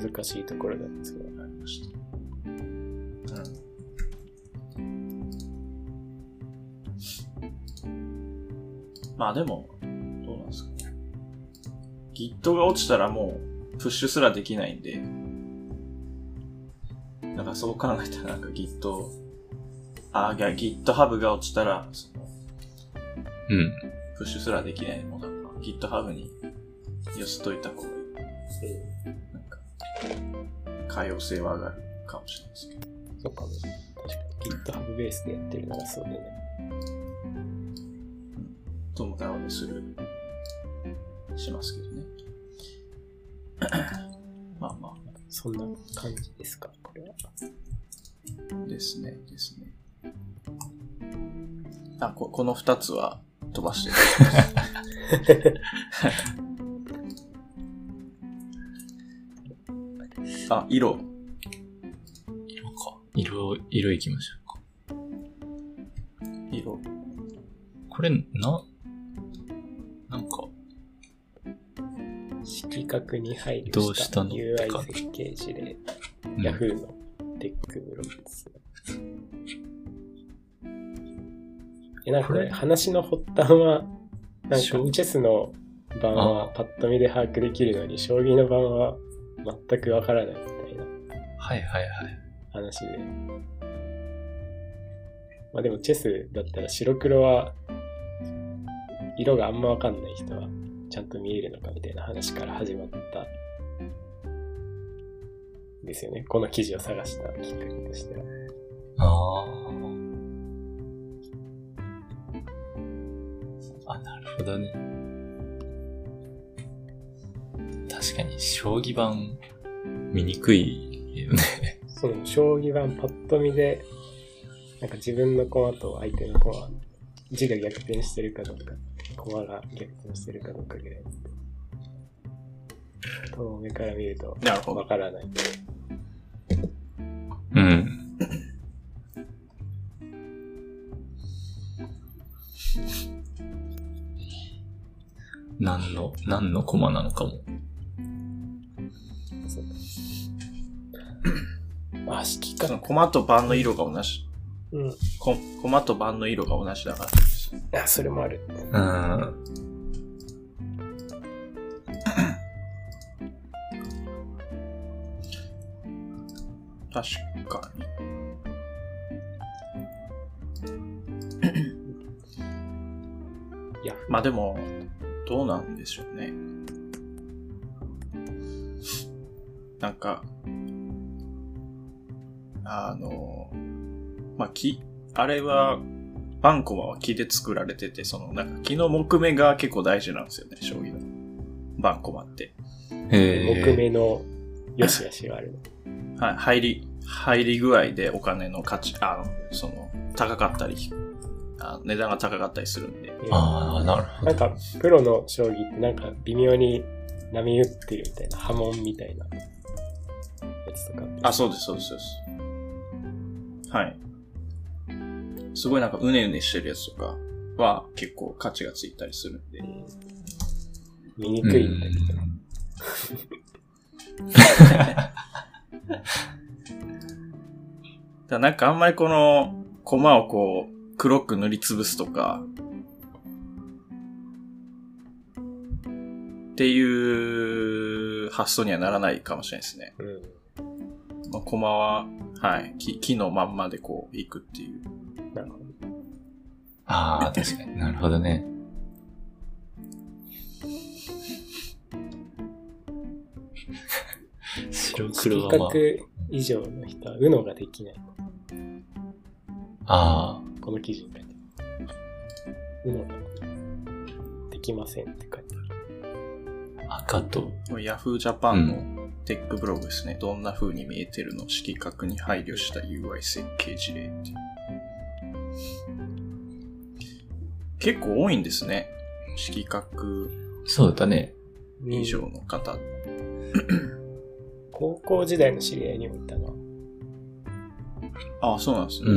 難しいところだったんですけど、 ありました。 まあでも、どうなんですかね。Git が落ちたらもう、プッシュすらできないんで、なんかそう考えたらなんか GitHub が落ちたら、 うん。 プッシュすらできないもんなんか GitHub に寄せといた方がいい。なんか、可用性は上がるかもしれないですけど。 そうかも。確かに GitHub ベースでやってるならそうだね。 友達にしますけどね。まあまあ。 そんな感じですか、これは。 ですね。この2つは飛ばしてる。色か。 色いきましょうか。 色。 これ、なんか、 色覚に配ど慮しうしたたの UI 設計事例、Yahoo のテックブログです。なんかこれ話の発端は、なんかチェスの盤はパッと見で把握できるのに、将棋の盤は全くわからないみたいなはいはいはい。 話で。まあでもチェスだったら白黒は色があんまわかんない人はちゃんと見えるのかみたいな話から始まったんですよね。この記事を探したきっかけとしては。 なるほどね。確かに将棋盤見にくいよね。 その将棋盤パッと見でなんか自分の駒と相手の駒字が逆転してるかどうか、駒が逆転してるかどうかぐらい遠目から見るとわからない。 うん。何の駒なのかも。 そう色か。 駒と盤の色が同じ。 うん。 駒と盤の色が同じだから。 それもある。 確かに。まあでも、どうなんでしょうね。なんか、まあ、あれは、バンコマは木で作られてて、なんか木の木目が結構大事なんですよね、将棋の。バンコマって。 木目の良し悪しがある。 はい、入り具合でお金の価値、高かったり、値段が高かったりするんで。 なるほど。 なんか、プロの将棋ってなんか微妙に波打ってるみたいな、波紋みたいなやつとか。 そうです。はい。すごいなんかうねうねしてるやつとかは結構価値がついたりするんで。 見にくいんだけど。なんかあんまりこの駒をこう黒く塗りつぶすとかっていう発想にはならないかもしれないですね。まあ、駒は、はい、木のまんまでこういくっていう。 なるほど。 確かになるほどね。白黒は色覚以上の人は UNO ができない。この記事に書いてある。UNO ができませんって書いてある。 赤と。 Yahoo Japan のテックブログですね。どんな風に見えてるの？色覚に配慮した UI 設計事例っていう。結構多いんですね。色覚。 そうだね。 以上の方。 高校時代の知り合いにもいたな。 そうなんですね。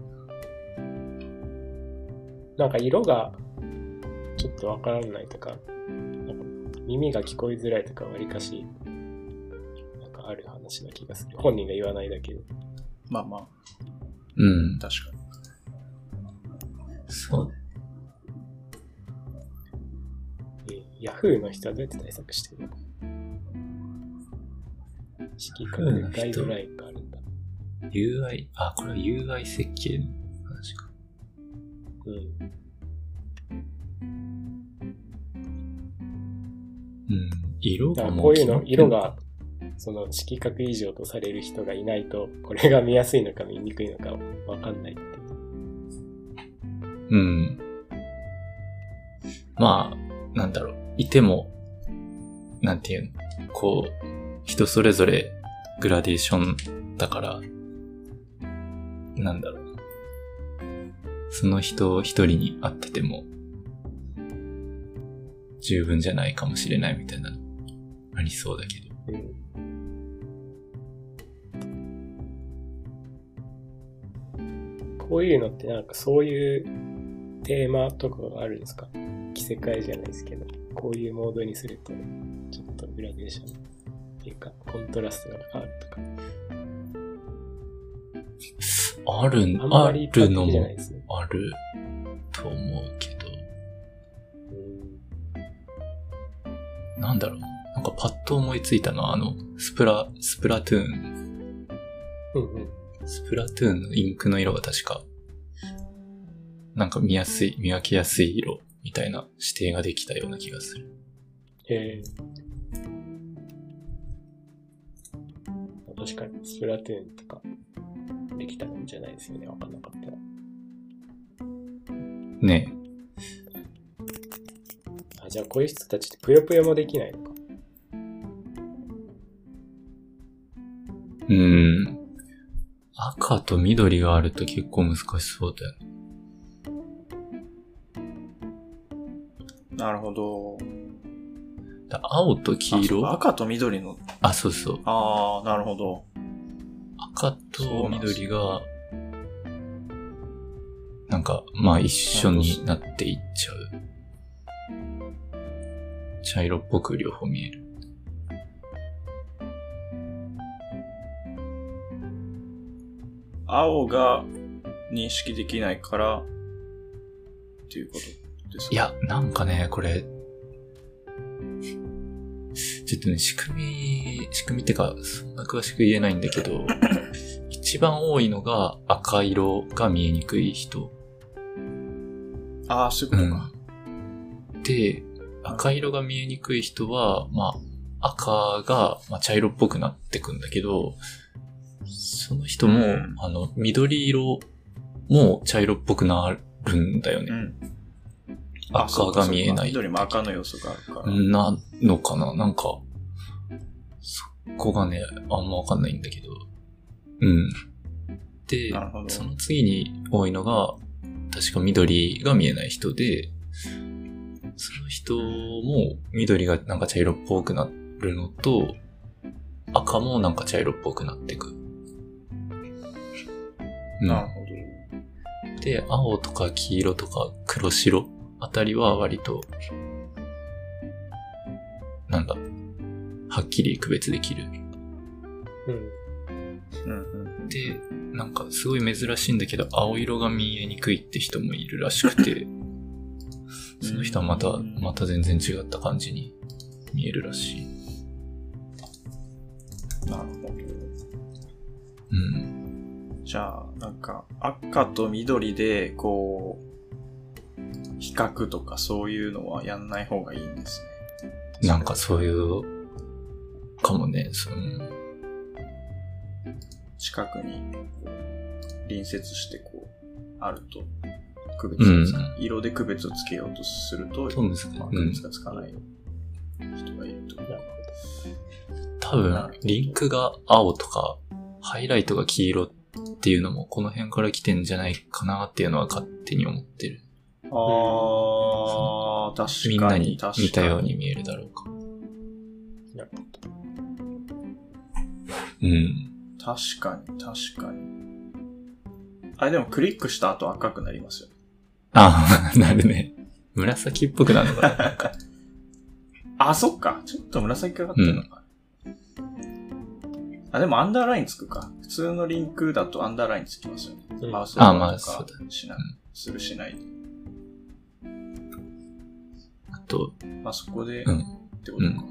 なんか色がちょっとわからないとか、なんか耳が聞こえづらいとかわりかし、なんかある話な気がする。本人が言わないだけで。 まあまあ。確かに。 そう。 Yahoo の人はどうやって対策してるのか。色覚ガイドラインがあるんだ。 UI、これは UI 設計の話か。 うん。 うん。色がもこういうの、色が、その色覚異常とされる人がいないと、これが見やすいのか見にくいのかわかんないっていう。 うん。まあ、なんだろう。いても、なんていうの、こう、人それぞれグラデーションだから、なんだろう。その人一人に会ってても、十分じゃないかもしれないみたいなのありそうだけど。 こういうのってなんかそういうテーマとかがあるんですか？着せ替えじゃないですけど、こういうモードにするとちょっとグラデーションっていうかコントラストが変わるとか。 あるのもあると思うけど。なんだろう。なんかパッと思いついたのはスプラトゥーン。 うんうん。 スプラトゥーンのインクの色が確か、なんか見分けやすい色みたいな指定ができたような気がする。 確かにスプラトゥーンとかできたんじゃないですよね。わかんなかったら。 ねえ。じゃあこういう人たちってぷよぷよもできないのか。 赤と緑があると結構難しそうだよね。 なるほど。 青と黄色？ 赤と緑の。 そうそう。 なるほど。 赤と緑が、なんか、まあ一緒になっていっちゃう。茶色っぽく両方見える。 青が認識できないからっていうことですか？ いや、なんかね、これ、ちょっとね、仕組みってか、そんな詳しく言えないんだけど、一番多いのが赤色が見えにくい人。 そういうことか。 で、赤色が見えにくい人は、まあ、赤が、茶色っぽくなってくんだけど、その人も、緑色も茶色っぽくなるんだよね。赤が見えない。 緑も赤の要素があるから。 なのかな？なんか、そこがね、あんまわかんないんだけど。で、その次に多いのが、確か緑が見えない人で、その人も緑がなんか茶色っぽくなるのと、赤もなんか茶色っぽくなってく。 なるほど。で、青とか黄色とか黒白あたりは割と、なんだ、はっきり区別できる。で、なんかすごい珍しいんだけど、青色が見えにくいって人もいるらしくて、その人はまた全然違った感じに見えるらしい。 なるほど。じゃあ、なんか、赤と緑で、こう、比較とかそういうのはやんない方がいいんですね。なんかそういう、かもね、 近くに、隣接してこう、あると、区別がつかない。色で区別をつけようとすると、区別がつかない人がいると。 多分、リンクが青とか、ハイライトが黄色っていうのもこの辺から来てんじゃないかなっていうのは勝手に思ってる。 確かに。 みんなに似たように見えるだろうか。 なるほど。確かに。でもクリックした後赤くなりますよね。 なるね。紫っぽくなるのかな。そっか。ちょっと紫がかってるのか。でもアンダーラインつくか。普通のリンクだとアンダーラインつきますよね。マウスとかそうだしない。 あと、 あそこで、 うんってことか。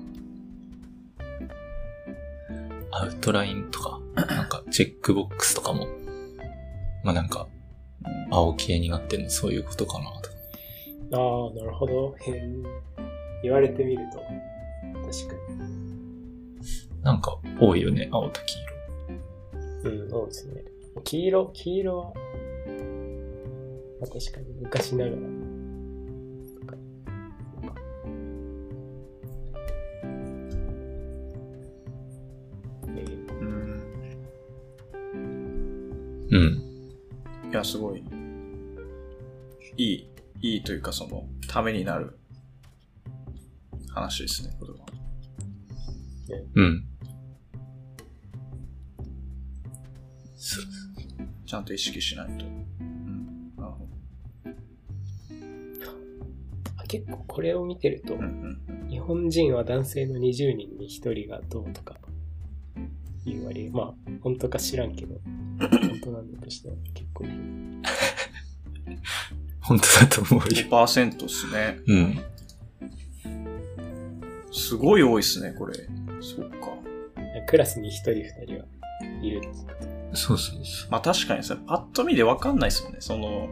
アウトラインとか、なんかチェックボックスとかも、まあなんか、青系になってるのそういうことかなと。 ああ、なるほど。言われてみると、確かなんか多いよね、青と黄色。 に。そうですね。黄色は、まあ、確かに昔ながら。 うん。 いや、すごい。いいというか、その、ためになる話ですね、これは。 うん。そう。 ちゃんと意識しないと。なるほ結構これを見てると、 ど。 日本人は男性の20人に1人がどうとかいう割合、まあ、本当か知らんけど、本当なんだとしたら結構いい。 本当だと思うよ。 5% っすね。 うん。 すごい多いっすね、これ。そっか。 クラスに1人2人はいるんですか。 そうそうそう。 まあ確かにさ、パッと見でわかんないっすよね。その、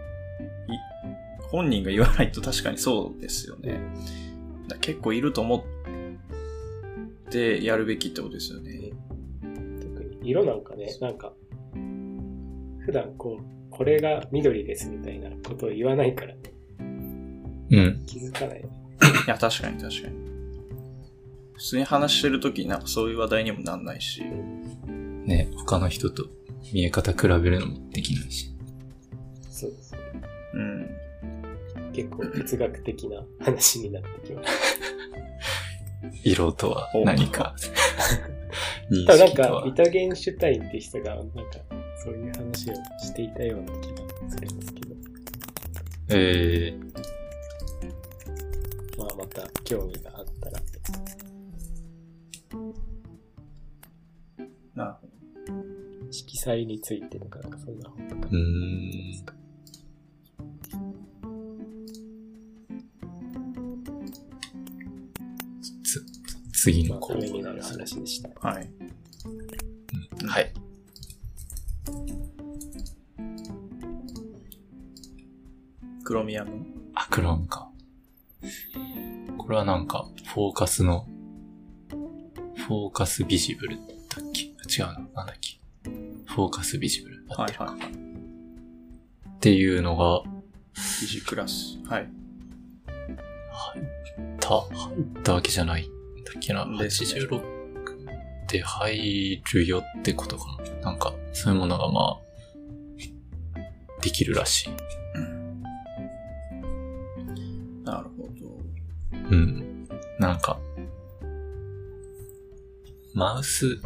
本人が言わないと確かにそうですよね。結構いると思ってやるべきってことですよね。 特に色なんかね、なんか、普段これが緑ですみたいなことを言わないからね。 うん。 気づかない。 いや、確かに。普通に話してるときになんかそういう話題にもなんないし。 ね、他の人と見え方比べるのもできないし。 そうですね。 うん。 結構哲学的な話になってきます。 色とは何か。認ただなん識とはか、ビタゲンシュタインって人が、なんか、そういう話をしていたような気がするんですけど。まあ、また興味があったら。 なるほど。 色彩についてとか、なんかそんな本とか。 次のためになる話でした。 はい。 はい。 クロミアム。 クロームか。これはなんか、フォーカスビジブルだっけ？違うな。なんだっけ？フォーカスビジブル。 はい。 っていうのが、 ビジクラス。はい。 入ったわけじゃないんだっけな。 ですね 86で入るよってことかな。なんか、そういうものがまあ、できるらしい。 なるほど。 うん。なんか、マウス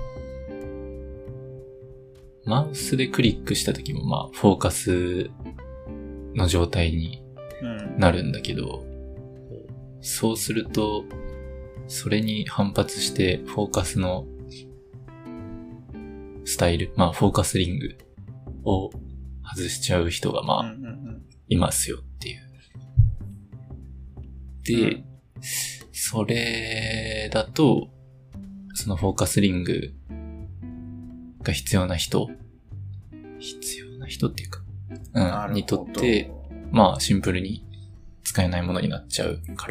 でクリックした時もまあ、フォーカスの状態になるんだけど、そうすると、それに反発してフォーカスのスタイル、まあフォーカスリングを外しちゃう人がまあ、いますよっていう。で、それだと、そのフォーカスリングが必要な人っていうか、にとって、まあシンプルに使えないものになっちゃうから、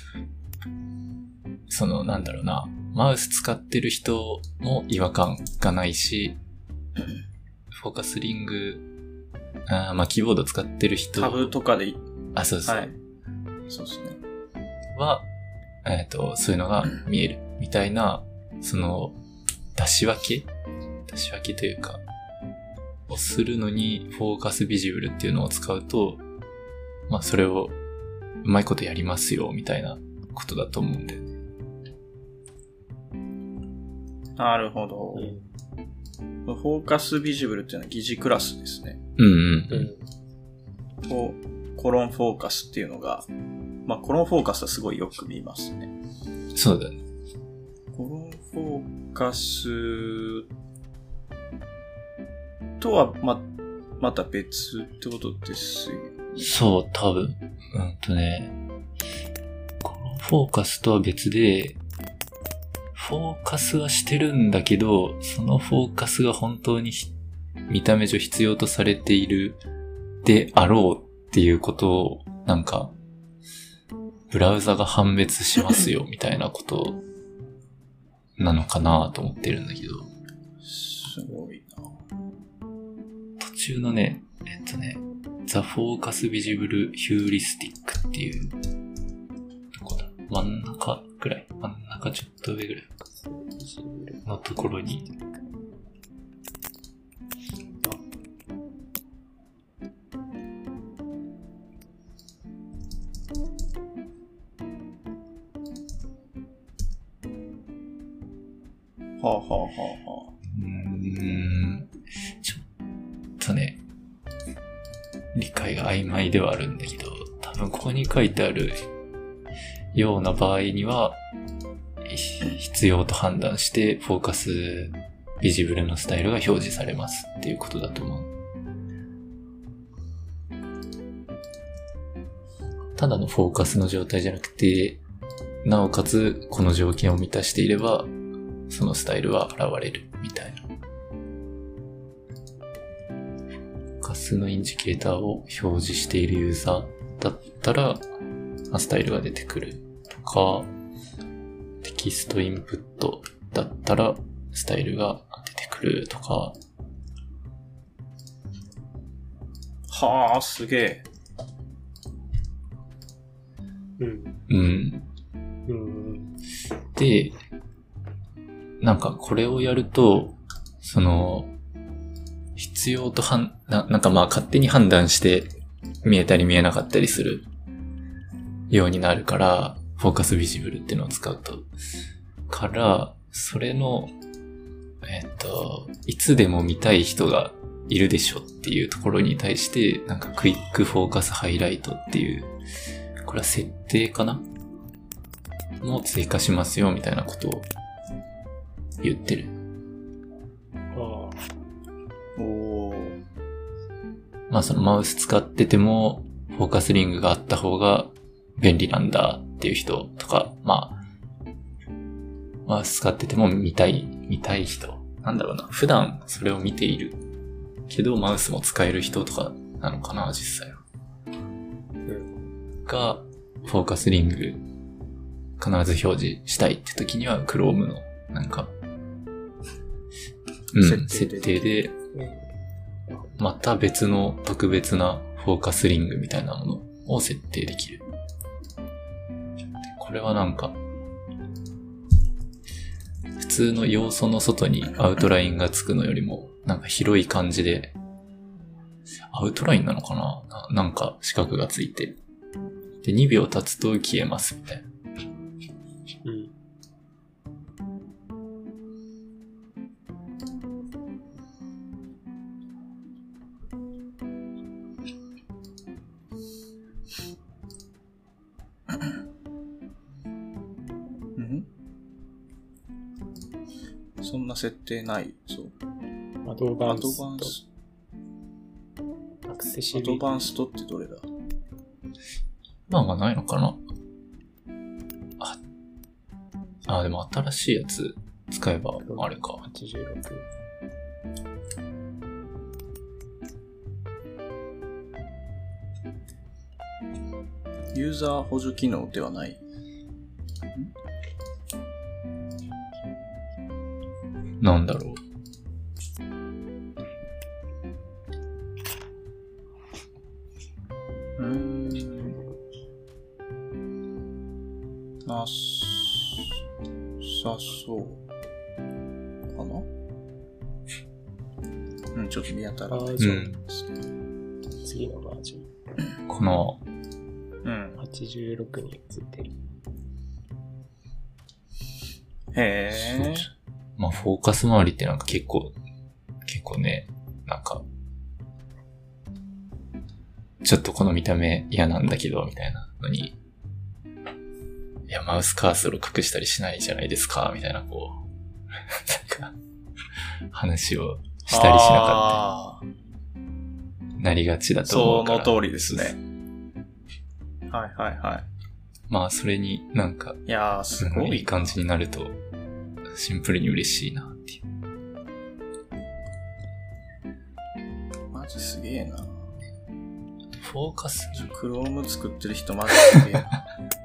そのなんだろうな、マウス使ってる人も違和感がないし、フォーカスリング、まあキーボード使ってる人。 タブとかでそうそう。 はい。そうですね。 は、そういうのが見えるみたいな、その、出し分けというか、をするのに、フォーカスビジブルっていうのを使うと、まあそれをうまいことやりますよ、みたいなことだと思うんだよね。 なるほど。フォーカスビジブルっていうのは疑似クラスですね。コロンフォーカスっていうのが、まあコロンフォーカスはすごいよく見ますね。 そうだね。 コロンフォーカスとはまた別ってことですよね。 そう、多分。コフォーカスとは別で、フォーカスはしてるんだけど、そのフォーカスが本当に見た目上必要とされているであろうっていうことを、なんか、ブラウザが判別しますよみたいなことなのかなと思ってるんだけど。 すごいな。 途中のね、The Focus Visible Heuristic っていう、どこだ？真ん中ぐらい？真ん中ちょっと上ぐらいのところに、 はあはあはあはあ。 ちょっとね、理解が曖昧ではあるんだけど、多分ここに書いてあるような場合には、必要と判断してフォーカスビジブルのスタイルが表示されますっていうことだと思う。ただのフォーカスの状態じゃなくて、なおかつこの条件を満たしていれば、そのスタイルは現れるみたいな。フォーカスのインジケーターを表示しているユーザーだったら、スタイルが出てくるとか、テキストインプットだったらスタイルが出てくるとか。 はあ、すげえ。 で、なんかこれをやると、その、必要となんかまあ勝手に判断して見えたり見えなかったりするようになるから、フォーカスビジブルっていうのを使うと。から、それの、いつでも見たい人がいるでしょっていうところに対して、なんかクイックフォーカスハイライトっていう、これは設定かなも追加しますよみたいなことを言ってる。まあそのマウス使っててもフォーカスリングがあった方が便利なんだっていう人とか、まあマウス使ってても見たい人、なんだろうな、普段それを見ているけどマウスも使える人とかなのかな実際は。がフォーカスリング必ず表示したいって時には Chrome のなんか設定でまた別の特別なフォーカスリングみたいなものを設定できる。これはなんか普通の要素の外にアウトラインがつくのよりもなんか広い感じでアウトラインなのかな、なんか四角がついてで2秒経つと消えますみたいな。 そんな設定ないそう。 アドバンスト。アクセシビリティ。 アドバンストってどれだ？ 今はないのかなあ、でも新しいやつ使えばあれか。 86。 ユーザー補助機能ではない。 なんだろう。 なさそうかな。ちょっと見当たらないそうですけど。 次のバージョン。 この 86に移ってる。 へえ。 まあ、フォーカス周りってなんか結構ね、なんか、ちょっとこの見た目嫌なんだけど、みたいなのに、いや、マウスカーソル隠したりしないじゃないですか、みたいな、こう、なんか、話をしたりしなかったり、なりがちだと思うから。 その通りですね。はいはいはい。 まあ、それになんか、 いやー、すごい。 いい感じになると、シンプルに嬉しいなっていう。 マジすげえな。 フォーカス。 クローム作ってる人マジすげえな。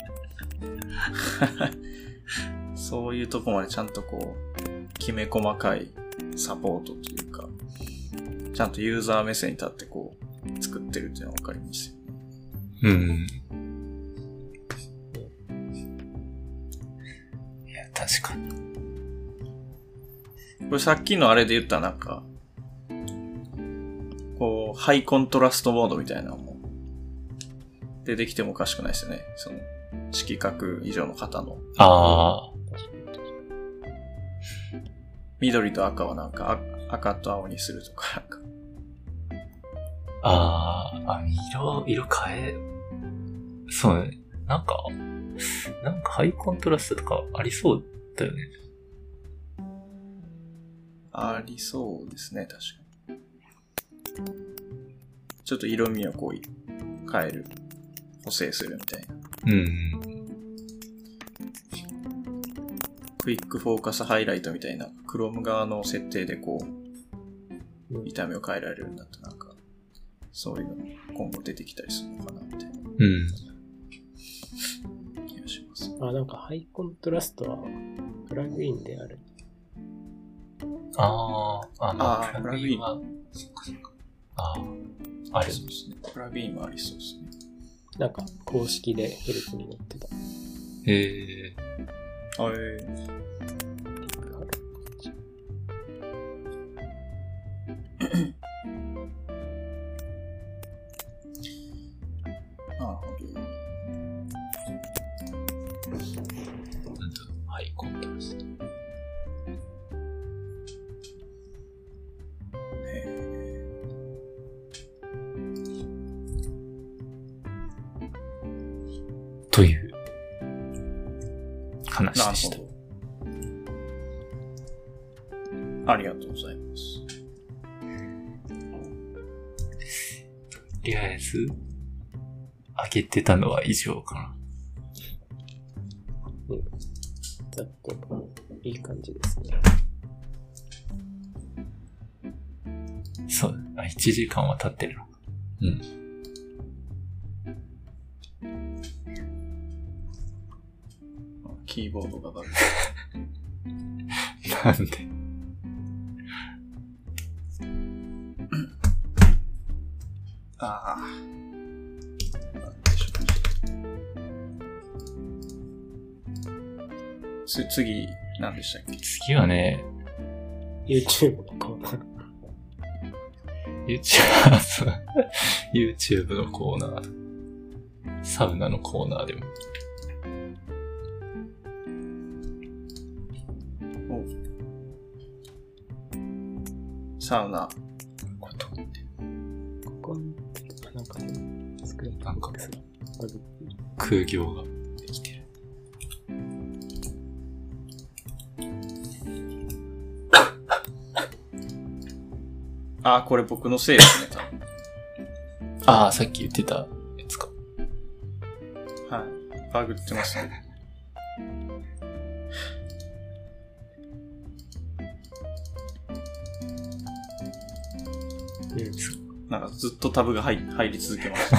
そういうとこまでちゃんとこう、きめ細かいサポートというか、ちゃんとユーザー目線に立ってこう、作ってるっていうのはわかりますよ。 うん。いや、確かに。 これさっきのあれで言ったなんか、こう、ハイコントラストモードみたいなのも出てきてもおかしくないですよね。その、色覚以上の方の。 ああ。 緑と赤はなんか、赤と青にするとか。 色変え、そうね。なんかハイコントラストとかありそうだよね。 ありそうですね、確かに。ちょっと色味をこう変える。補正するみたいな。 うん。 クイックフォーカスハイライトみたいな、Chrome 側の設定でこう、見た目を変えられるんだとなんか、そういうの今後出てきたりするのかなみたいな。 うん。 気がします。 なんかハイコントラストはプラグインである。 プラグインは、そっかそっか。ある。 そうですね。プラグインもありそうですね。 なんか公式でヘルプに載ってた。 へなるほど。 ハイコントラスト。という話でした。 ありがとうございます。 とりあえず、上げてたのは以上かな。 ざっといい感じですね。 そう、1時間は経ってるの。うん。 キーボードがバグ。 なんでああ。次、何でしたっけ？ 次はね、 YouTube のコーナー。 YouTube のコーナー。サウナのコーナーでも。 サウナ。 ことって。 ここに、なんか、スクリーンなんか、 バグってる。 空行ができてる。 これ僕のせいですね、多分。 さっき言ってたやつか。 はい。バグってますね。なんかずっとタブが入り続けました。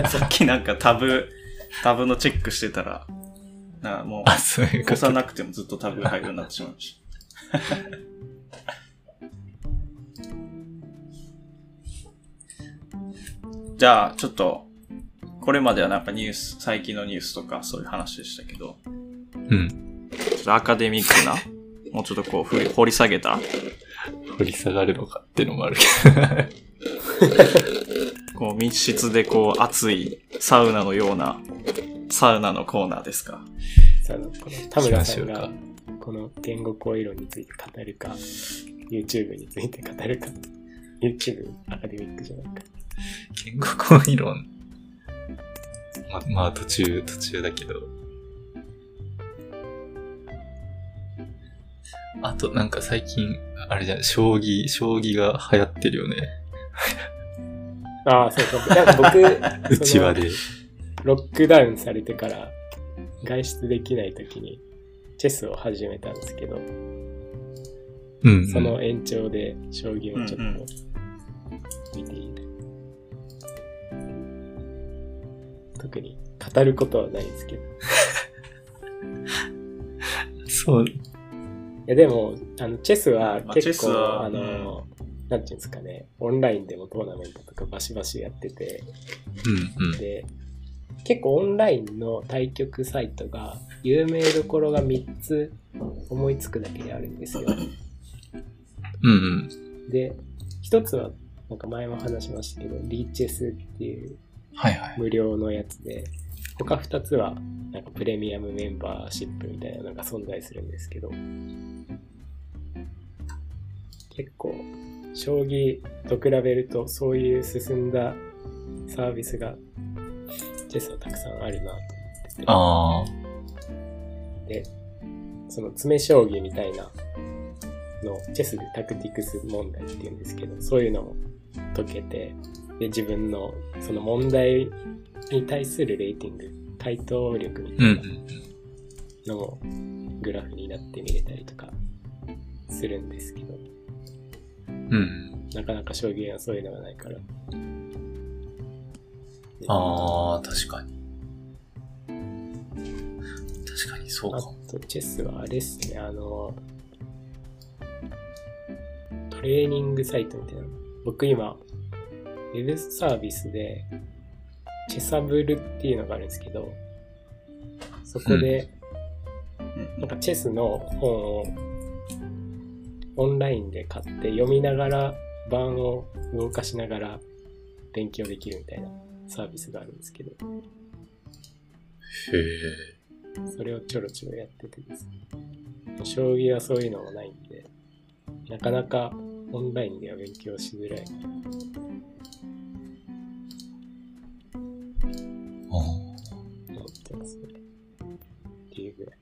さっきなんかタブのチェックしてたら、なんかもう、 そういう押さなくてもずっとタブが入るようになってしまいました。じゃあ、ちょっと、これまではなんか最近のニュースとかそういう話でしたけど、 うん。 ちょっとアカデミックな、もうちょっとこう掘り下げた掘り下がるのかってのもあるけど。 こう密室でこう熱いサウナのようなサウナのコーナーですか。 この田村さんがこの言語回路について語るか、YouTube について語るか、YouTube アカデミックじゃないか。 言語回論。まあ途中だけど。あとなんか最近、あれじゃん、将棋が流行ってるよね。 そう。なんか僕、 内輪で。 ロックダウンされてから、 外出できない時にチェスを始めたんですけど、その延長で将棋をちょっと見ている。特に語ることはないですけど。 そう。 いやでも、チェスは結構、なんていうんですかね、オンラインでもトーナメントとかバシバシやってて、で、結構オンラインの対局サイトが有名どころが3つ思いつくだけであるんですよ。で、1つはなんか前も話しましたけど、リーチェスっていう無料のやつで、他2つはなんかプレミアムメンバーシップみたいなのが存在するんですけど、結構将棋と比べるとそういう進んだサービスがチェスはたくさんあるなと思ってて、でその詰将棋みたいなのチェスでタクティクス問題っていうんですけど、そういうのも解けて、で自分のその問題に対するレーティング、回答力みたいなのもグラフになって見れたりとかするんですけど、なかなか将棋はそういうのがないから。 確かに。確かにそうか。 あとチェスはあれですね、トレーニングサイトみたいな。僕今、ウェブサービスで、チェサブルっていうのがあるんですけど、そこで、なんかチェスの本をオンラインで買って読みながら盤を動かしながら勉強できるみたいなサービスがあるんですけど、それをちょろちょろやっててですね、将棋はそういうのもないんで、なかなかオンラインでは勉強しづらい。思ってますね。っていうぐらい。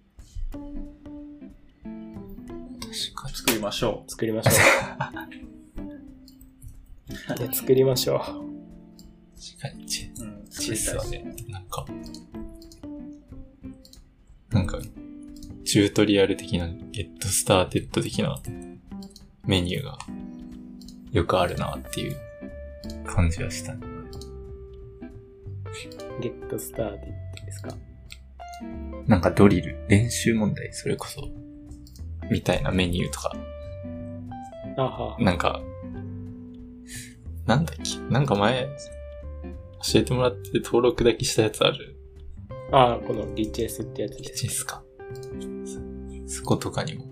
確かに。 作りましょう。 作りましょう。いや、作りましょう。 確かにチェスはね、なんか、チュートリアル的な、ゲットスターテッド的なメニューがよくあるなっていう感じはしたね。 ゲットスターティですか？ なんかドリル、練習問題、それこそ、みたいなメニューとか。なんか、なんだっけ、なんか前、教えてもらって登録だけしたやつある？ このリチェスってやつです。 リチェスか。そことかにも。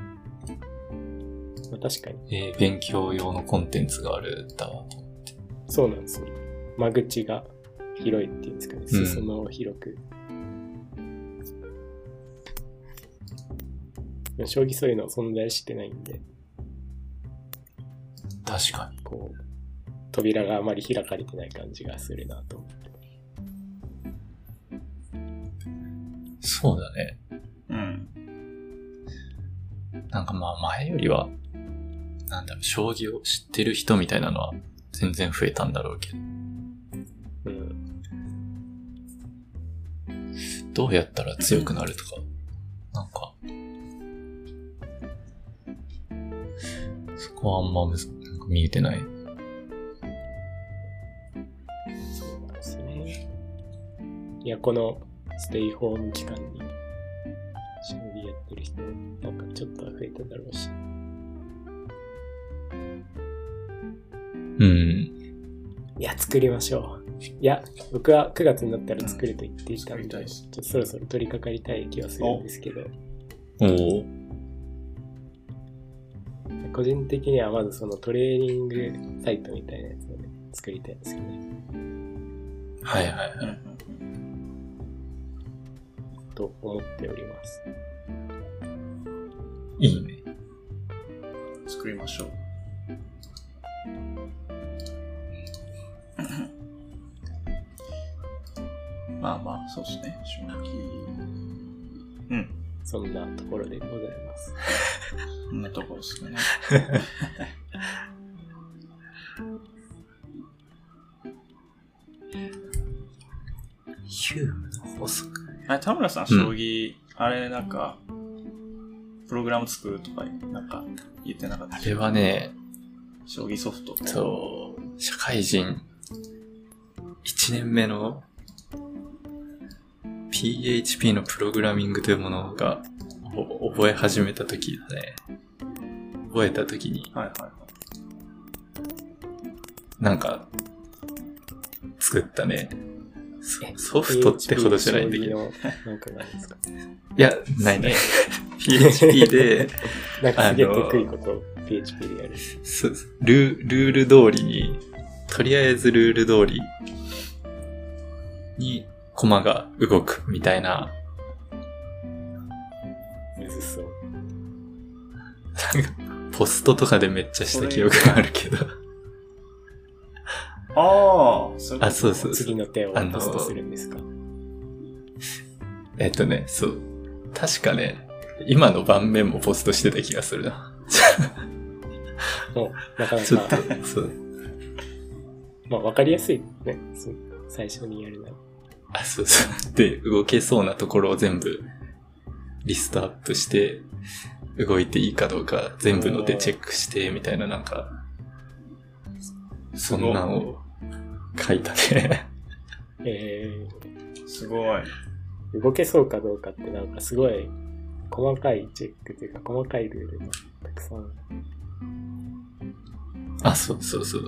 確かに。 勉強用のコンテンツがあるんだわと思って。 そうなんですよ。間口が広いっていうんですかね。裾野を広く。将棋そういうの存在してないんで。 確かに。 こう、扉があまり開かれてない感じがするなと思って。 そうだね。なんかまあ前よりは、将棋を知ってる人みたいなのは全然増えたんだろうけど。どうやったら強くなるとか、なんか、そこはあんまなんか見えてない。 そうなんですね。いや、このステイホーム期間に将棋やってる人、なんかちょっとは増えただろうし。いや、作りましょう。いや、僕は9月になったら作ると言っていたんで、ちょっとそろそろ取り掛かりたい気はするんですけど。個人的にはまずそのトレーニングサイトみたいなやつをね、作りたいんですよね。と思っております。 いいね。 作りましょう。まあまあ、そうですね。将棋。 そんなところでございます。 そんなところですね。 ヒュームの法則。 あれ、田村さん、将棋、あれ、なんか、プログラム作るとか、なんか、言ってなかった。 あれはね、 将棋ソフト。 そう、社会人1年目の PHP のプログラミングというものが覚え始めた時だね。覚えた時に、 はいはいはい。 なんか、作ったね。ソフトってほどじゃないんだけど。 なんかないですか？ いや、ないね。PHP で、 なんかすげえ得意ことを PHP でやる。 ルール通りに、とりあえずルール通りにコマが動くみたいな。 むずそう。 ポストとかでめっちゃした記憶があるけど。 ああ、 あ、そうそう。 次の手をポストするんですか？ そう。確かね、今の盤面もポストしてた気がするな。 もう、なかなか。 ちょっと、そう。 まあ、わかりやすいね。最初にやるなら。 あ、そうそう。で、動けそうなところを全部リストアップして、動いていいかどうか全部のでチェックして、みたいななんか、そんなのを書いたね。 すごい。 動けそうかどうかってなんかすごい細かいチェックというか細かいルールがたくさん。 あ、そうそうそう。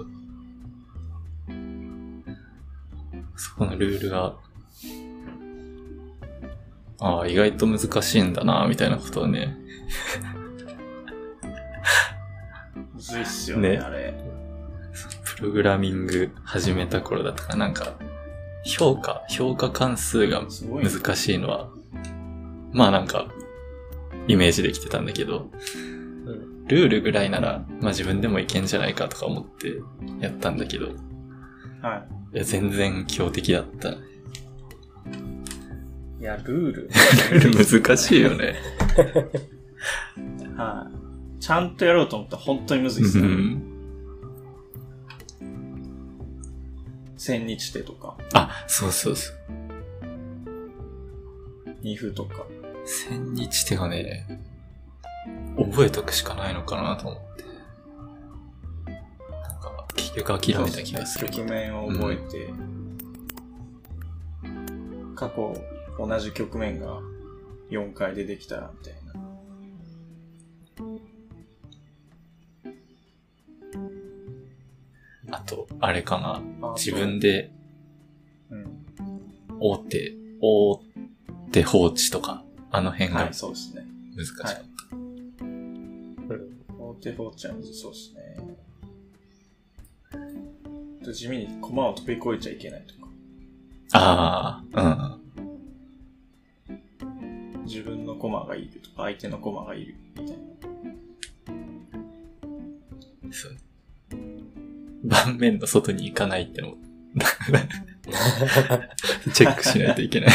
そこのルールが、意外と難しいんだな、みたいなことをね。 むずいっすよね、あれ。 プログラミング始めた頃だったかなんか、評価関数が難しいのは、まあなんか、イメージできてたんだけど、ルールぐらいなら、まあ自分でもいけんじゃないかとか思ってやったんだけど、 はい。 いや、全然強敵だった。 いや、ルール難しいよね。 はい。ちゃんとやろうと思ったら本当にむずいっすよね。千日手とか。 あ、そうそうそう。 二歩とか。 千日手がね、覚えとくしかないのかなと思って。なんか、結局諦めた気がする。 局面を覚えて、過去同じ局面が4回出てきたらみたいな。 あと、あれかな。自分で、大手放置とか、あの辺が、 そうですね。 難しかった。 大手放置は難そうですね。地味に駒を飛び越えちゃいけないとか。 ああ、 自分の駒がいるとか、相手の駒がいるみたいな。 そう。盤面の外に行かないってのもチェックしないといけない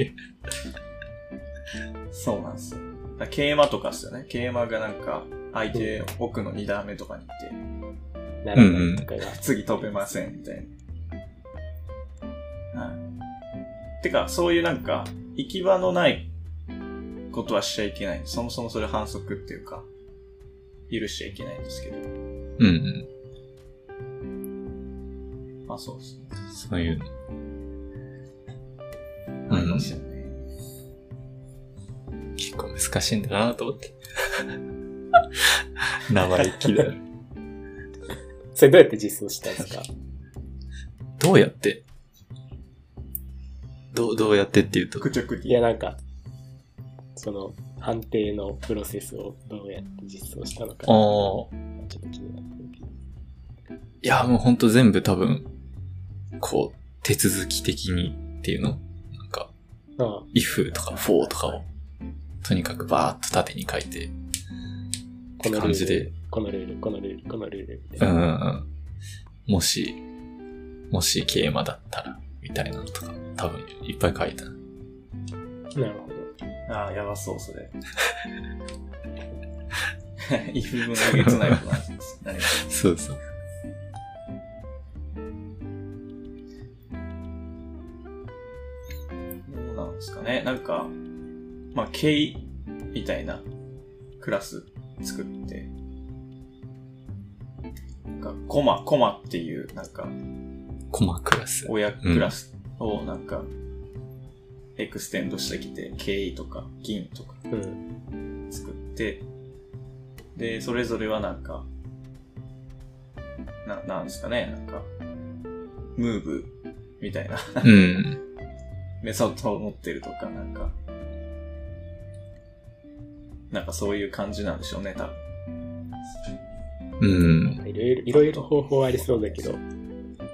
そうなんですよ。桂馬とかっすよね。桂馬がなんか相手奥の2段目とかにいて、 ならないとかが、 次飛べませんみたいな。はい。てか、そういうなんか行き場のないことはしちゃいけない。そもそもそれ反則っていうか、許しちゃいけないんですけど。まあそうですね。 そういうの。 ありますよね。 結構難しいんだなと思って。生意気だよ。 それどうやって実装したんですか？ どうやってどうやってって言うと。 いやなんか、その判定のプロセスをどうやって実装したのか。ちょっと気になってるけど。 いや、もうほんと全部多分、こう、手続き的にっていうのなんか、if とか for とかを、とにかくバーッと縦に書いて、って感じで。 このルールみたいな。 もし桂馬だったら、みたいなのとか、多分いっぱい書いた。 なるほど。 ああ、やばそう、それ。if 分がえげつないことなんです。 そうそう。 どうなんですかね。 ね、なんか、まあ、K みたいなクラス作って、なんかコマっていう、なんか、 コマクラス。 親クラスをなんか、エクステンドしてきて、K とか銀とか作って、で、それぞれはなんか、なんですかね、なんか、ムーブみたいな、 うん。 メソッドを持ってるとか、なんかそういう感じなんでしょうね、多分。 うん。 いろいろ方法ありそうだけど、 うん。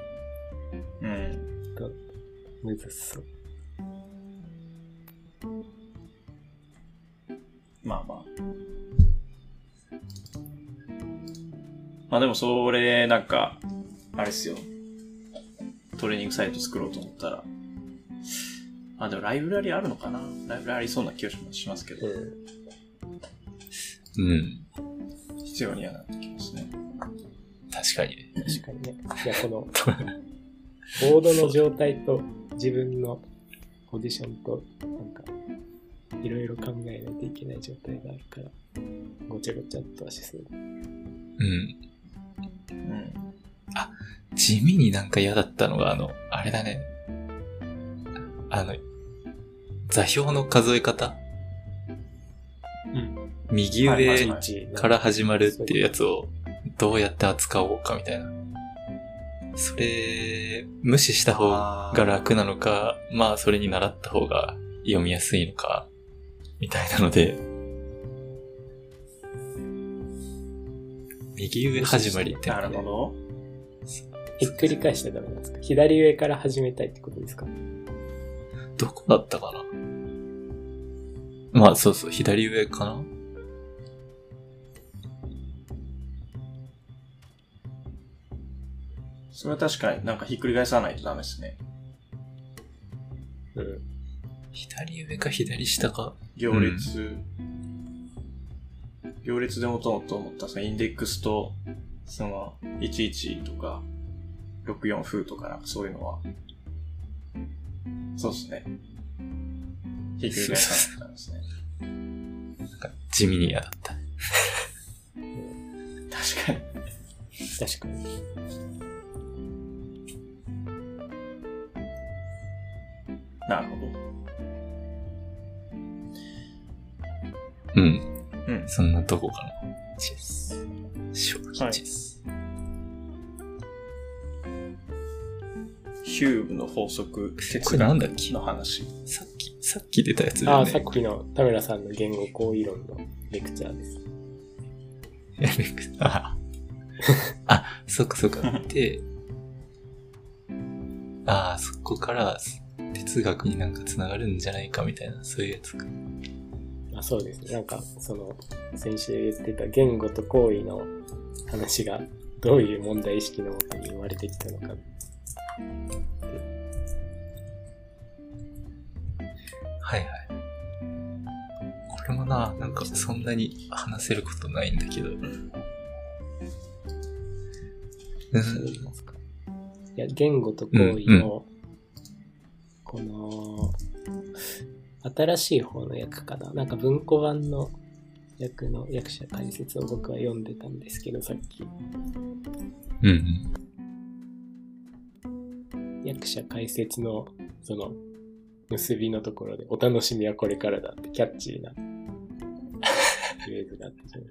むずそう。 まあまあ。まあでもそれ、なんか、あれっすよ。トレーニングサイト作ろうと思ったら。あ、でもライブラリあるのかな？ライブラリありそうな気がしますけど。 うん。 必要にはなってきますね。 確かに。 確かにね。いや、この、ボードの状態と自分のポジションと、なんか、いろいろ考えないといけない状態があるから、ごちゃごちゃっとはしそう。 うん。 うん。 あ、地味になんか嫌だったのが、あれだね。座標の数え方、 うん、 右上から始まるっていうやつをどうやって扱おうかみたいな。それ、無視した方が楽なのか、まあそれに習った方が読みやすいのか、みたいなので、右上始まりってなるほど。 ひっくり返したらダメなんですか？左上から始めたいってことですか？ どこだったかな？まあそうそう、左上かな？ それは確かになんかひっくり返さないとダメですね。 うん。 左上か左下か。 行列で持とうと思ったそのインデックスと、その11とか64風とかなんかそういうのは、そうですね。ひっくり返さないとダメですね。 なんか地味に嫌だった。 確かに。 確かに。 なるほど。 うん。 うん。 そんなとこかな。チェス。将棋チェス。 ヒューブの法則、哲学の話。 さっき出たやつだよね。さっきの田村さんの言語行為論のレクチャーです。 そっか。で、そこから哲学になんかつながるんじゃないかみたいな、そういうやつか。 そうですね。なんか、先週言ってた言語と行為の話がどういう問題意識のもとに生まれてきたのか。 はい。これもなんかそんなに話せることないんだけど。 いや、言語と行為の、この、新しい方の訳かな。なんか文庫版の訳の訳者解説を僕は読んでたんですけど、さっき。訳者解説の、その、結びのところで、お楽しみはこれからだってキャッチーなフレーズがあったじゃない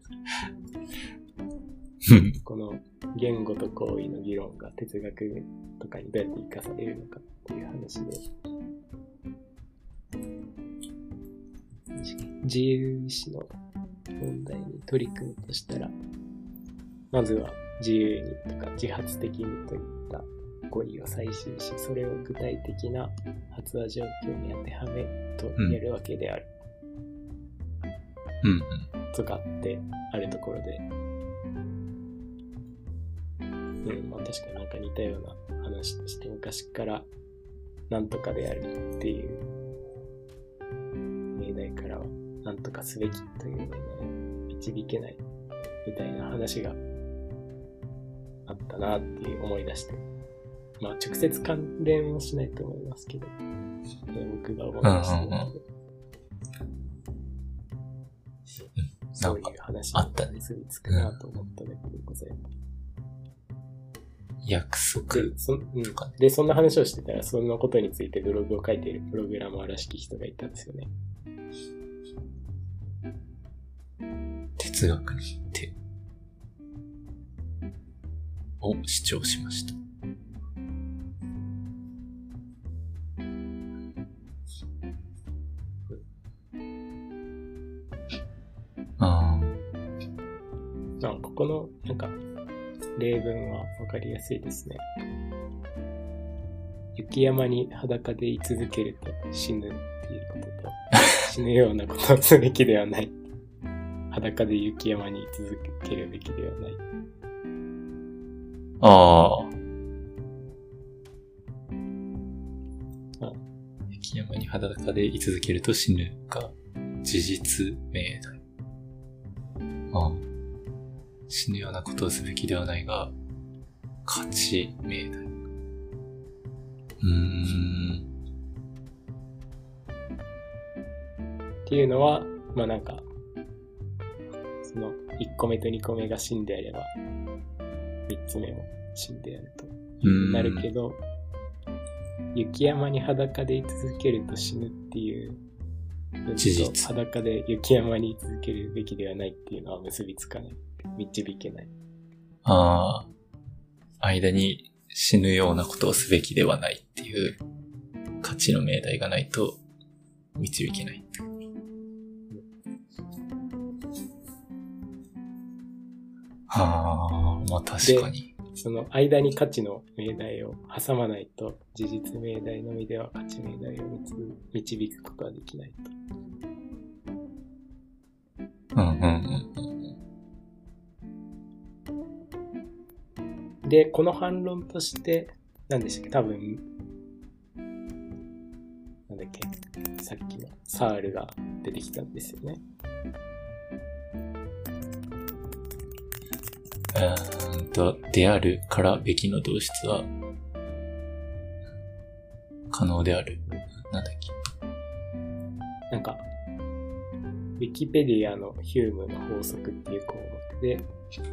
ですか。この言語と行為の議論が哲学とかにどうやって生かされるのかっていう話で、自由意志の問題に取り組むとしたら、まずは自由にとか自発的にといった語彙を採集し、それを具体的な発話状況に当てはめとやるわけである。とかってあるところで、まあ確かになんか似たような話として昔からなんとかであるっていう命題からはなんとかすべきというのに導けないみたいな話があったなっていう思い出して、まあ直接関連はしないと思いますけど、 僕が思いましたので、そういう話に結びつくなと思っただけでございます。 約束とか、で、そんな話をしてたら、そのことについてブログを書いているプログラマーらしき人がいたんですよね。 哲学に手を主張しました。 ここのなんか例文はわかりやすいですね。雪山に裸で居続けると死ぬっていうことと、死ぬようなことをすべきではない。裸で雪山に居続けるべきではない。 雪山に裸で居続けると死ぬが事実命題。死ぬようなことをすべきではないが価値命題。 っていうのは、まあなんか、その1個目と2個目が死んであれば、3つ目も死んであるとなるけど、雪山に裸で居続けると死ぬっていう事実。 裸で雪山に居続けるべきではないっていうのは結びつかない。導けない。 間に死ぬようなことをすべきではないっていう価値の命題がないと導けない。まあ確かに。 その間に価値の命題を挟まないと事実命題のみでは価値命題を導くことはできないと。で、この反論として、何でしたっけ、多分、なんだっけ、さっきのサールが出てきたんですよね。 であるからべきの動詞は可能である。なんだっけ。 なんか、ウィキペディアのヒュームの法則っていう項目で、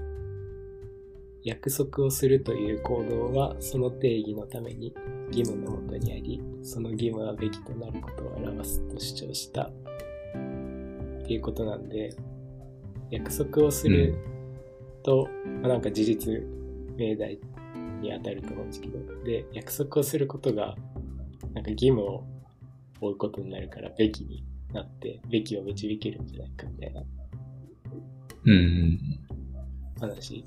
約束をするという行動はその定義のために義務のもとにあり、その義務はべきとなることを表すと主張したっていうことなんで、約束をすると、なんか事実命題に当たると思うんですけど、で、約束をすることがなんか義務を負うことになるからべきになってべきを導けるんじゃないかみたいな話。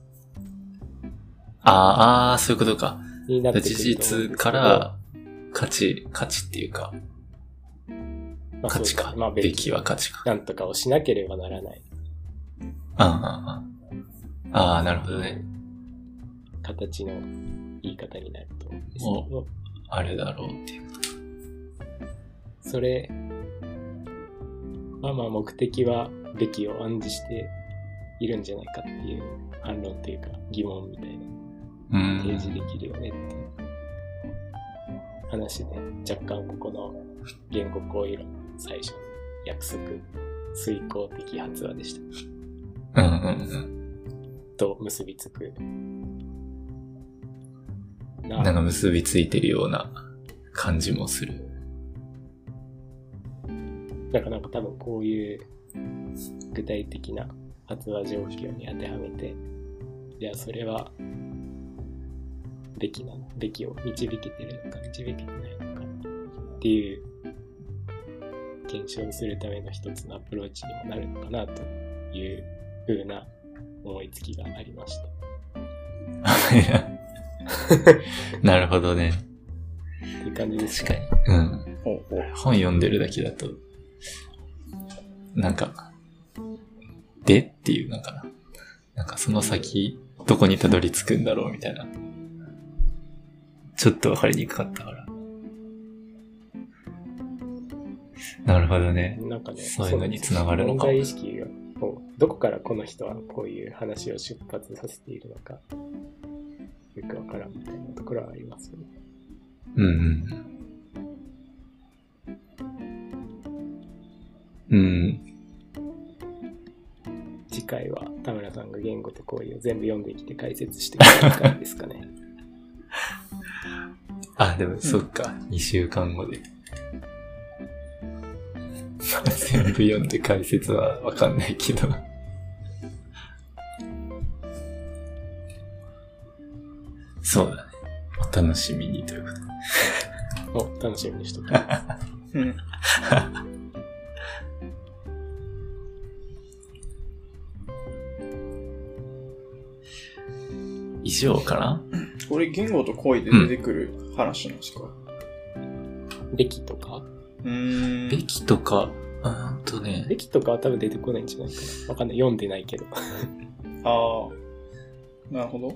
そういうことか。 になってくると事実から価値っていうか、価値か。べきは価値か。 なんとかをしなければならない。 なるほどね。 形の言い方になると思うんですけど。 あれだろうっていうこと。 それ、目的はべきを暗示しているんじゃないかっていう反論というか疑問みたいな。提示できるよねっていう話で、若干ここの言語行為論最初の約束遂行的発話でした。と結びつく。 なんか結びついてるような感じもする。 なんか多分こういう具体的な発話状況に当てはめて、じゃあそれはべきを導けてるのか導けてないのかっていう検証するための一つのアプローチにもなるのかなという風な思いつきがありました。 なるほどね。 っていう感じですか。確かに。本読んでるだけだとなんかでっていうのかな。なんかその先どこにたどり着くんだろうみたいな。ちょっと分かりにくかったから。なるほどね。 なんかね、 そういうのにつながるのか。 問題意識がどこからこの人はこういう話を出発させているのか、よくわからんみたいなところはありますよね。 うん。 次回は田村さんが言語と行為を全部読んできて解説してくれるからですかね。 あ、でもそっか、2週間後で。全部読んで解説はわかんないけど。そうだね。お楽しみにということで。 お、楽しみにしときます。 うん。 以上かな？ これ言語と行為で出てくる話なんですか？ 歴とか歴とか、 歴とかは多分出てこないんじゃないかな。わかんない。読んでないけど。 ああ、なるほど。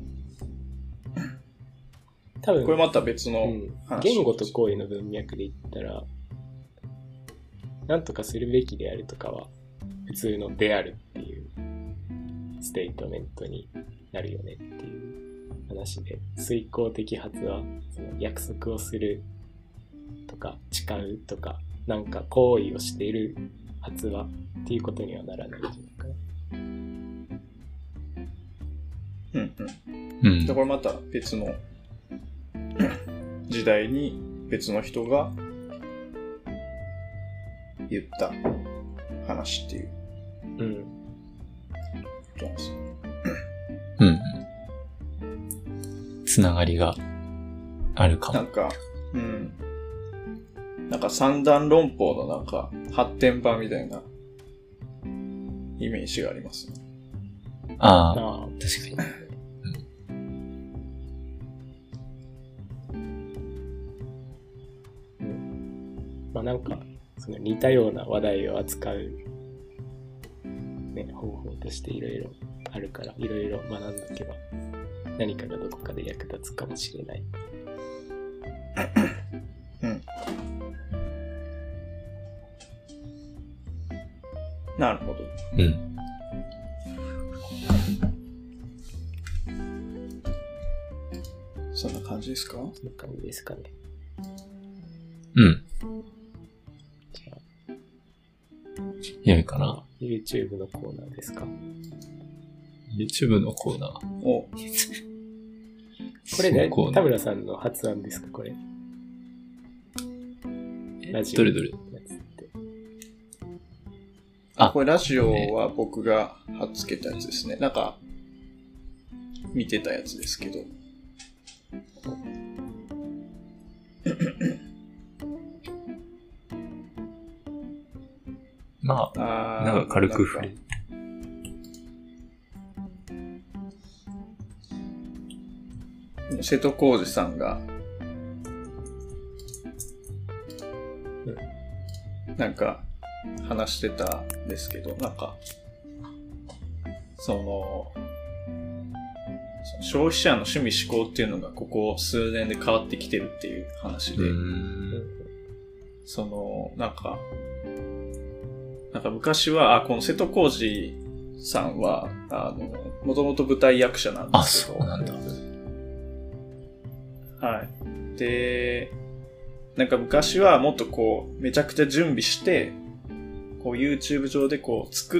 多分これまた別の話、 言語と行為の文脈で言ったら、なんとかするべきであるとかは普通のであるっていうステートメントになるよねっていう話で、遂行的発はその約束をするとか誓うとかなんか行為をしている発話っていうことにはならないんじゃないかな。 うんうん。でこれまた別の時代に別の人が言った話っていうことなんですよ。 つながりがあるかも。 なんか三段論法のなんか発展版みたいなイメージがありますね。 ああ、確かに。 まあなんかその似たような話題を扱う、ね、方法としていろいろあるからいろいろ学んどけば何かがどこかで役立つかもしれない。 うん。なるほど。 うん。 そんな感じですか？ そんな感じですかね。 うん。 じゃあ、 良いかな。 YouTube のコーナーですか？ YouTube のコーナー。 お。 これね、田村さんの発案ですか、これ。ラジオ。 どれどれ。 あ、これラジオは僕が貼っつけたやつですね。なんか、見てたやつですけど。 まあ、なんか軽く触れ。 瀬戸康史さんが、なんか話してたんですけど、なんか、消費者の趣味嗜好っていうのがここ数年で変わってきてるっていう話で、なんか昔は、この瀬戸康史さんは、もともと舞台役者なんですけど。 あ、そうなんだ。 はい。で、なんか昔はもっとこう、めちゃくちゃ準備して、こう YouTube 上でこう作って、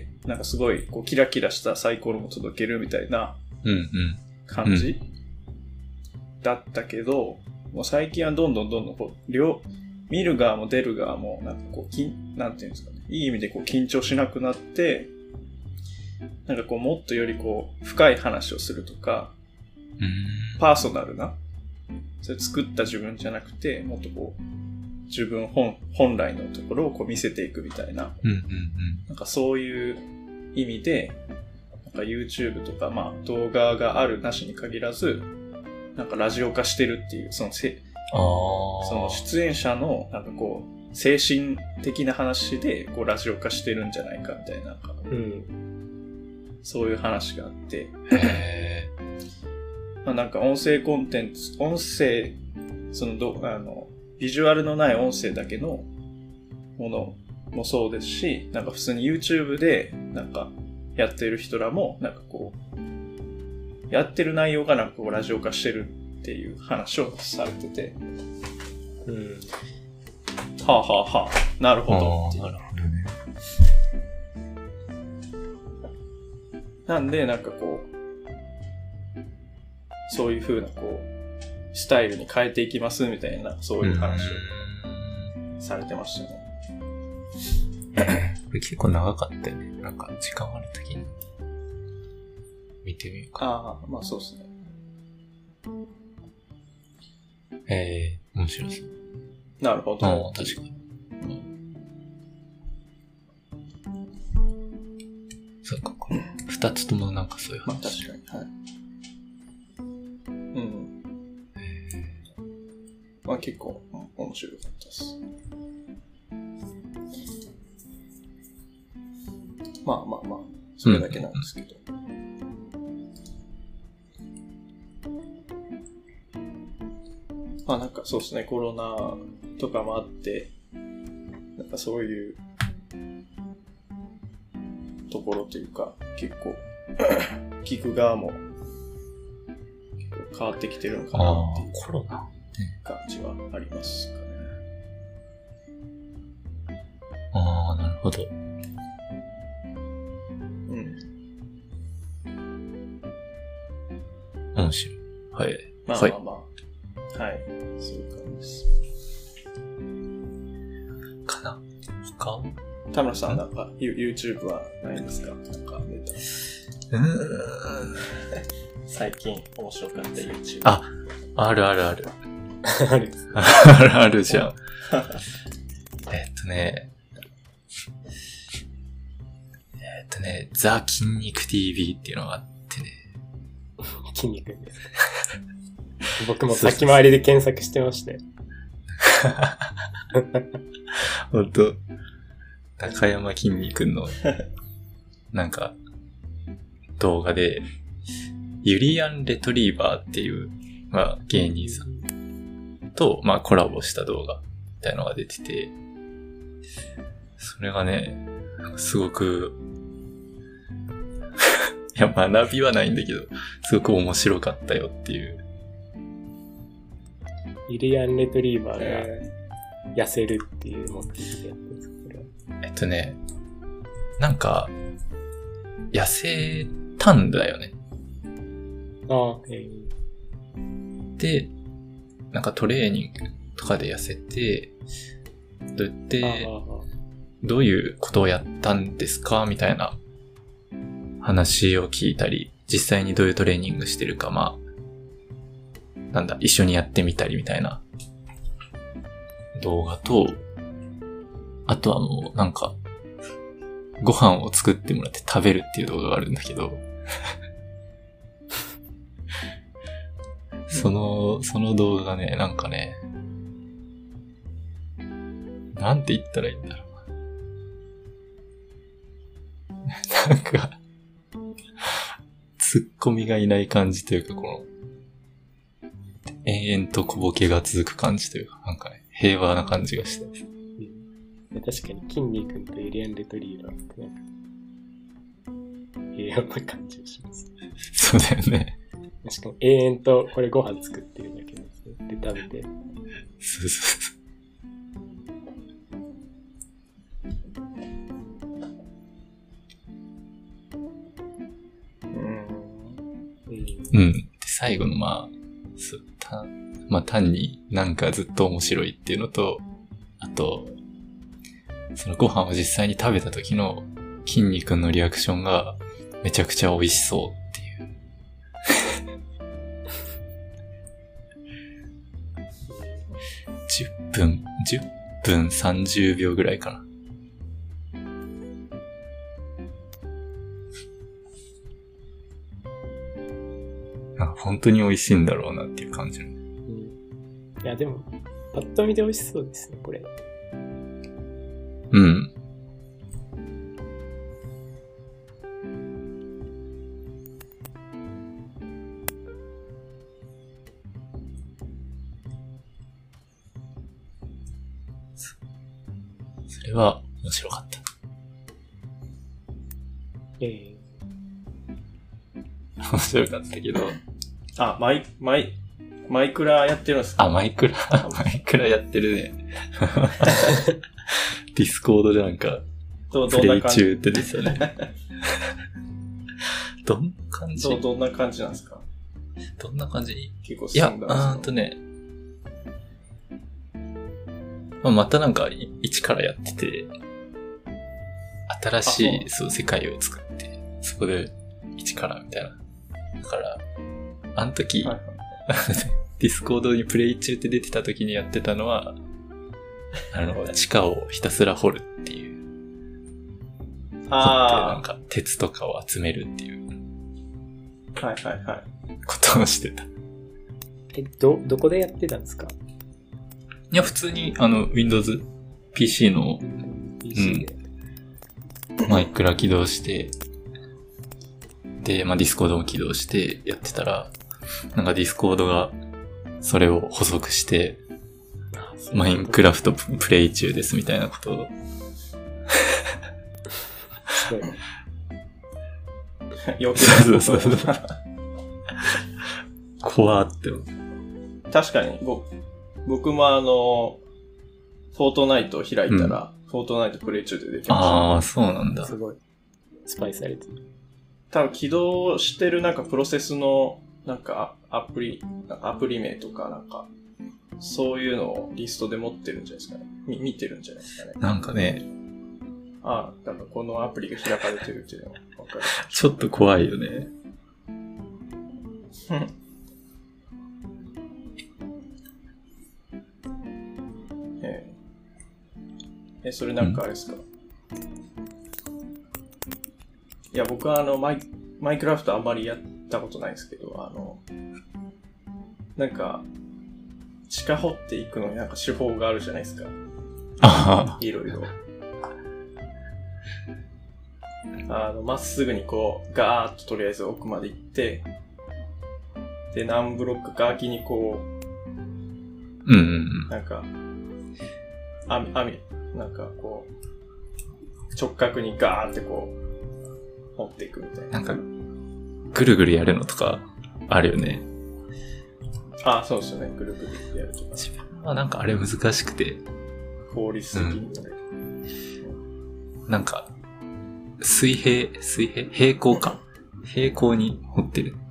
なんかすごいこうキラキラしたサイコロも届けるみたいな感じだったけど、もう最近はどんどんこう、見る側も出る側もなんかこう、なんていうんですかね、いい意味でこう緊張しなくなって、なんかこうもっとよりこう深い話をするとか、パーソナルな、それ作った自分じゃなくて、もっとこう自分本来のところをこう見せていくみたいな、なんかそういう意味で、なんか YouTube とかまあ動画があるなしに限らず、なんかラジオ化してるっていう、その出演者のなんかこう精神的な話でこうラジオ化してるんじゃないかみたいな、そういう話があって、まあ、なんか音声コンテンツ、ビジュアルのない音声だけのものもそうですし、なんか普通に YouTube でなんかやってる人らもなんかこうやってる内容がなんかこうラジオ化してるっていう話をされてて、 はあはあはあ。なるほど。 なるほどね。 なんで、なんかこう、そういう風なこう、スタイルに変えていきますみたいな、そういう話をされてましたね。 これ結構長かったよね。なんか時間あるときに見てみようか。 ああ、まあそうですね。面白そう。 なるほど。 確かに。そうか、これ二つともなんかそういうまあ話。 確かに、はい。うん。まあ結構、面白かったです。まあまあまあ、それだけなんですけど。まあなんかそうですね、コロナとかもあって、なんかそういうところというか、結構、聞く側も結構変わってきてるのかなっていうコロナ感じはありますかね。 なるほど。 うん。 面白い。はい。 まあまあまあ。はい。そういう感じです。 かな。他田村さん、なんか、YouTube はないんですか？なんか、ネタ。最近面白かった YouTube。 あるあるある。 ある。 あるじゃん。ザ・筋肉 TV っていうのがあってね。 筋肉です。僕も先回りで検索してましたよ。 ほんと、中山きんに君の、なんか、動画で、ユリアン・レトリーバーっていう、まあ、芸人さんと、まあ、コラボした動画みたいなのが出てて、それがね、すごく、いや、学びはないんだけど、すごく面白かったよっていう。 ユリアン・レトリーバーが痩せるっていう持ってきてやったんですか、これは。 なんか、痩せたんだよね。で、なんかトレーニングとかで痩せて、どうやって、どういうことをやったんですかみたいな話を聞いたり、実際にどういうトレーニングしてるか、まあ、一緒にやってみたりみたいな動画と、あとはもうなんか、ご飯を作ってもらって食べるっていう動画があるんだけど、その動画がね、なんかね、なんて言ったらいいんだろう。なんか、ツッコミがいない感じというか、この、延々と小ボケが続く感じというか、なんかね、平和な感じがして。 確かに、筋肉とユリアン・レトリーバーってなんか、平和な感じがします。 そうだよね。 確かに、永遠とこれご飯作ってるだけですね。で、食べて。 そうそう。うん。で、最後の単になんかずっと面白いっていうのと、あと、そのご飯を実際に食べた時の筋肉のリアクションがめちゃくちゃ美味しそうっていう。10分30秒ぐらいかな。本当に美味しいんだろうなっていう感じ。いや、でも、パッと見で美味しそうですね、これ。 うん。それは面白かった。 面白かったけど。 毎マイクラやってるんですか？ あ、マイクラやってるね。ディスコードでなんか、プレイ中ってですよね。どんな感じ？ どんな感じなんですか？ どんな感じ？ 結構進んだんですか？ ね、またなんか一からやってて、新しいそう世界を作って、そこで一からみたいな。だから、あの時、はいはい、ディスコードにプレイ中って出てた時にやってたのは、地下をひたすら掘るっていう。掘ってなんか鉄とかを集めるっていう。 はいはいはい。 ことをしてた。 どこでやってたんですか？ いや、普通に、Windows PC の、 PC で、 マイクラ起動して、で、まあ、ディスコードも起動してやってたら、なんかディスコードがそれを補足して、マインクラフトプレイ中ですみたいなことを。 すごい。 余計なそう。怖って。 確かに、僕もフォートナイトを開いたら、フォートナイトプレイ中で出てました。 ああ、そうなんだ。 すごい。スパイされてる。 多分起動してるなんかプロセスのなんかアプリ名とかなんかそういうのをリストで持ってるんじゃないですかね。見てるんじゃないですかね。 なんかね。 なんかこのアプリが開かれてるっていうのがわかる。 ちょっと怖いよね。 それなんかあれですか？いや、僕はマイクラフトあんまりやったことないんですけど、なんか、地下掘っていくのになんか手法があるじゃないですか。いろいろ。まっすぐにこう、ガーッととりあえず奥まで行って、で、何ブロックか空きにこう、なんか、なんかこう、直角にガーってこう、持っていくみたいな。 なんか、ぐるぐるやるのとか、あるよね。 そうですよね。ぐるぐるやるとか。 自分はなんかあれ難しくて。 効率的にやる。 なんか、平行か。平行に掘ってる。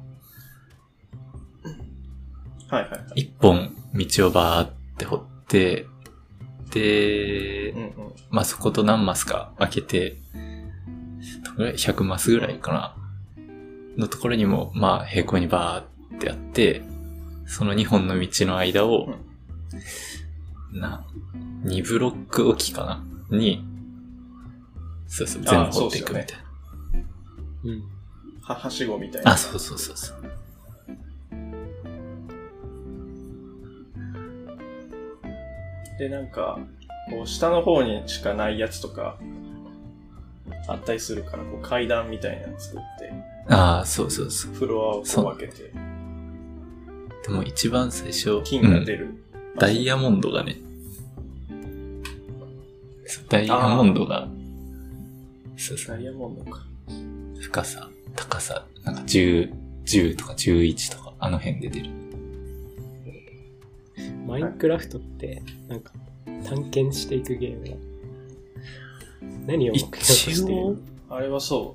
はいはいはい。 一本道をバーって掘って、で、まあ、そこと何マスか開けて、100マスぐらいかなのところにも、まあ、平行にバーってやって、その2本の道の間を、2ブロック置きかなに、そう、全部掘っていくみたいな。 はしごみたいな。 そう。 で、なんか、こう、下の方にしかないやつとか、あったりするから、こう階段みたいなの作って。 そう。 フロアをこう分けて。 でも一番最初、 金が出る。 ダイヤモンドがね、ダイヤモンドが、 ダイヤモンドか。 深さ、高さ、なんか10とか11とか、あの辺で出る。 マインクラフトって、なんか、探検していくゲームだ。何を目標としている？ あれはそう。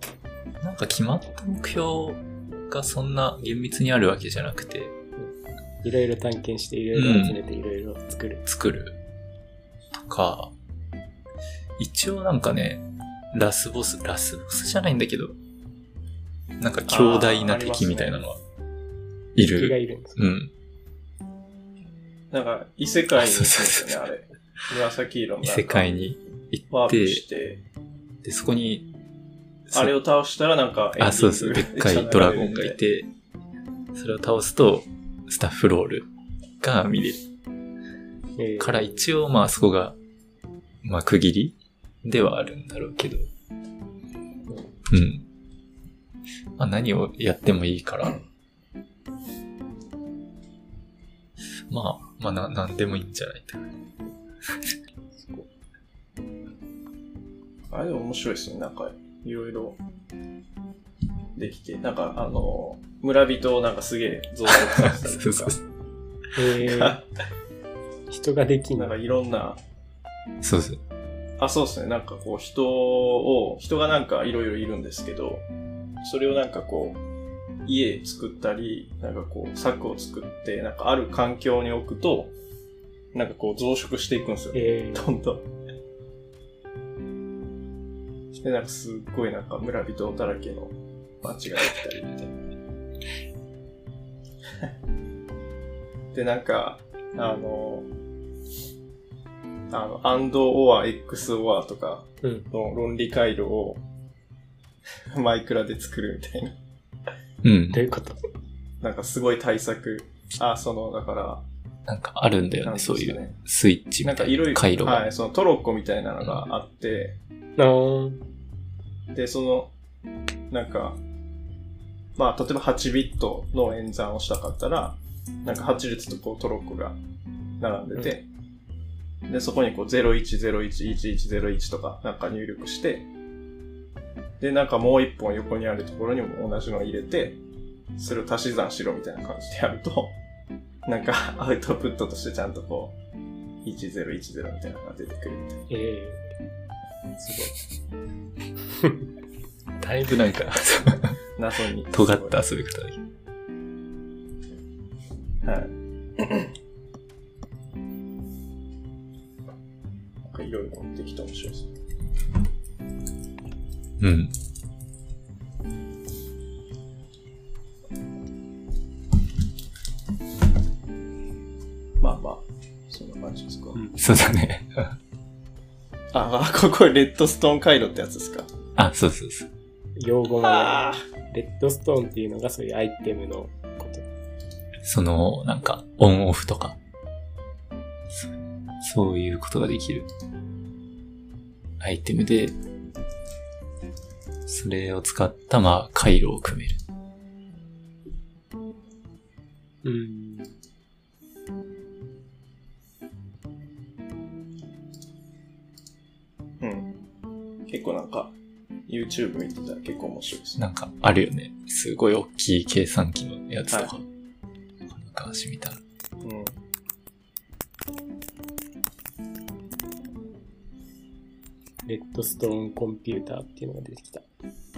なんか決まった目標がそんな厳密にあるわけじゃなくて、 いろいろ探検して、いろいろ集めて、いろいろ作る。 とか、一応なんかね、ラスボスじゃないんだけど、なんか強大な敵みたいなのはいる。 敵がいるんですか？ なんか異世界に行くんですよね、あれ。紫色の。 異世界に行って、 ワープして、 で、そこに、 あれを倒したらなんかそう、でっかいドラゴンがいて、それを倒すと、スタッフロールが見れる。から一応まあそこが、まあ区切りではあるんだろうけど。まあ何をやってもいいから。まあなんでもいいんじゃないか。 あれでも面白いですね。なんか、いろいろできて、なんか村人をなんかすげえ増殖させたりとか。 人ができんの。 なんかいろんな、 そうそう。 そうですね。なんかこう人がなんかいろいろいるんですけど、それをなんかこう、家作ったり、なんかこう、柵を作って、なんかある環境に置くと、なんかこう増殖していくんですよ。どんどん。で、なんかすっごいなんか村人だらけの街ができたりみたいな。で、なんか、アンドオア X オアとかの論理回路をマイクラで作るみたいな。 うん。 どういうこと？ なんかすごい対策。だから、 なんかあるんだよね、そういうスイッチみたいな回路が。 はい、そのトロッコみたいなのがあって、で、なんか、まあ、例えば8ビットの演算をしたかったら、なんか8列とこうトロッコが並んでて、で、そこにこう01011101とかなんか入力して、で、なんかもう一本横にあるところにも同じのを入れて、それを足し算しろみたいな感じでやると、なんかアウトプットとしてちゃんとこう、1010みたいなのが出てくるみたいな。 すごい。 だいぶなんか、 謎に。 尖った遊び方だけど。 はい。なんかいろいろできて面白いですね。 うん。 まあまあ、そんな感じですか。 そうだね。 ここレッドストーン回路ってやつですか？ そうそうそう。 用語もレッドストーンっていうのがそういうアイテムのこと。 なんか、オンオフとか。そういうことができる。アイテムで、それを使った、まあ、回路を組める。 結構なんか、YouTube 見てたら結構面白いです。 なんか、あるよね。すごい大きい計算機のやつとか。昔見たら。 レッドストーンコンピューターっていうのが出てきた。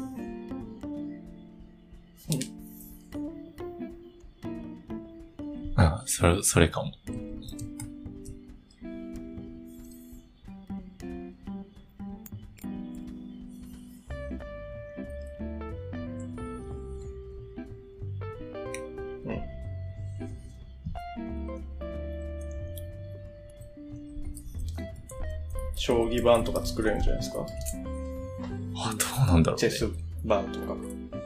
それかも。 将棋盤とか作れるんじゃないですか？ どうなんだろうね。 チェス盤とか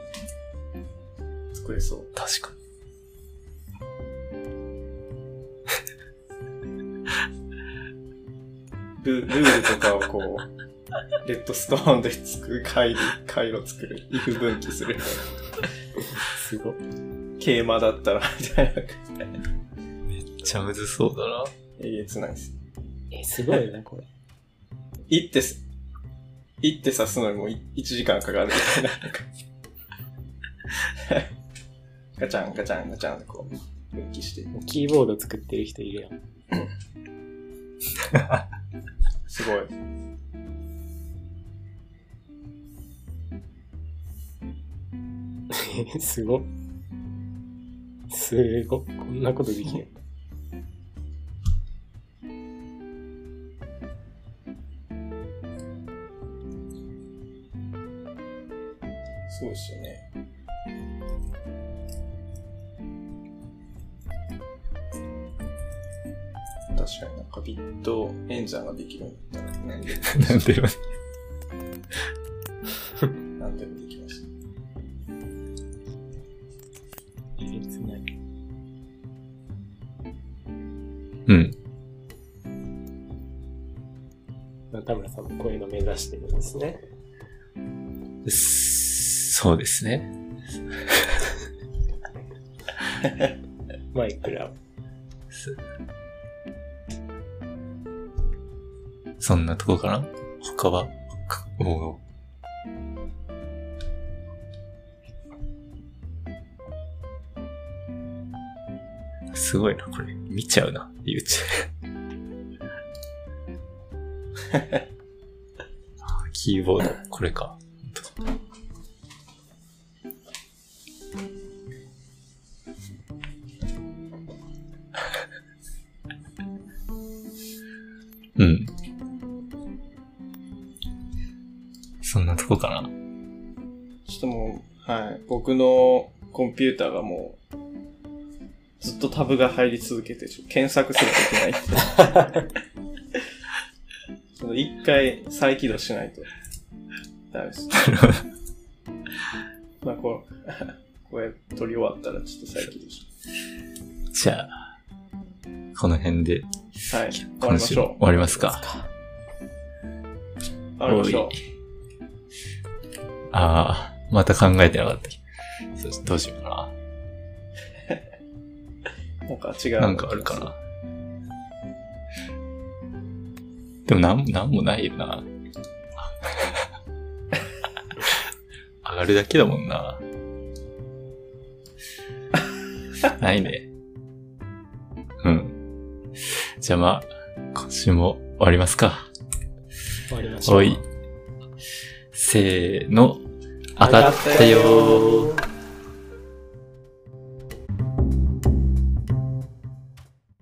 作れそう。 確かに。 ルールとかをこう、レッドストーンで回路作る。if 分岐する。 すごい。 桂馬だったら、みたいな。 めっちゃむずそうだな。 えげつないです。 すごいな、これ。 一手指すのにも1時間かかるみたいな。ガチャンガチャンガチャンってこう、分岐して。 キーボード作ってる人いるやん。 すごい。 すご。こんなことできる。 そうですよね。確かになんかビット演算ができるんだったら何でも何でもできます。 えげつない。中村さんもこういうの目指してるんですね。 そうですね。 マイクラ。 そんなとこかな？他はすごいな、これ。見ちゃうな、YouTube。キーボード、これか。うん。そんなとこかな。 ちょっともう、はい。僕のコンピューターがもう、ずっとタブが入り続けて、検索するといけない。ちょっと一回再起動しないとダメです。まあこれ撮り終わったらちょっと再起動します。 じゃあ、この辺で、 はい。終わりましょう。 終わりますか。 終わりましょう。 ああ、また考えてなかった。どうしようかな。なんか違う。 なんかあるかな。でもなんもないよな。上がるだけだもんな。ないね。うん。じゃあまあ、今週も終わりますか。 終わりましょう。 おい。せーの。当たったよー。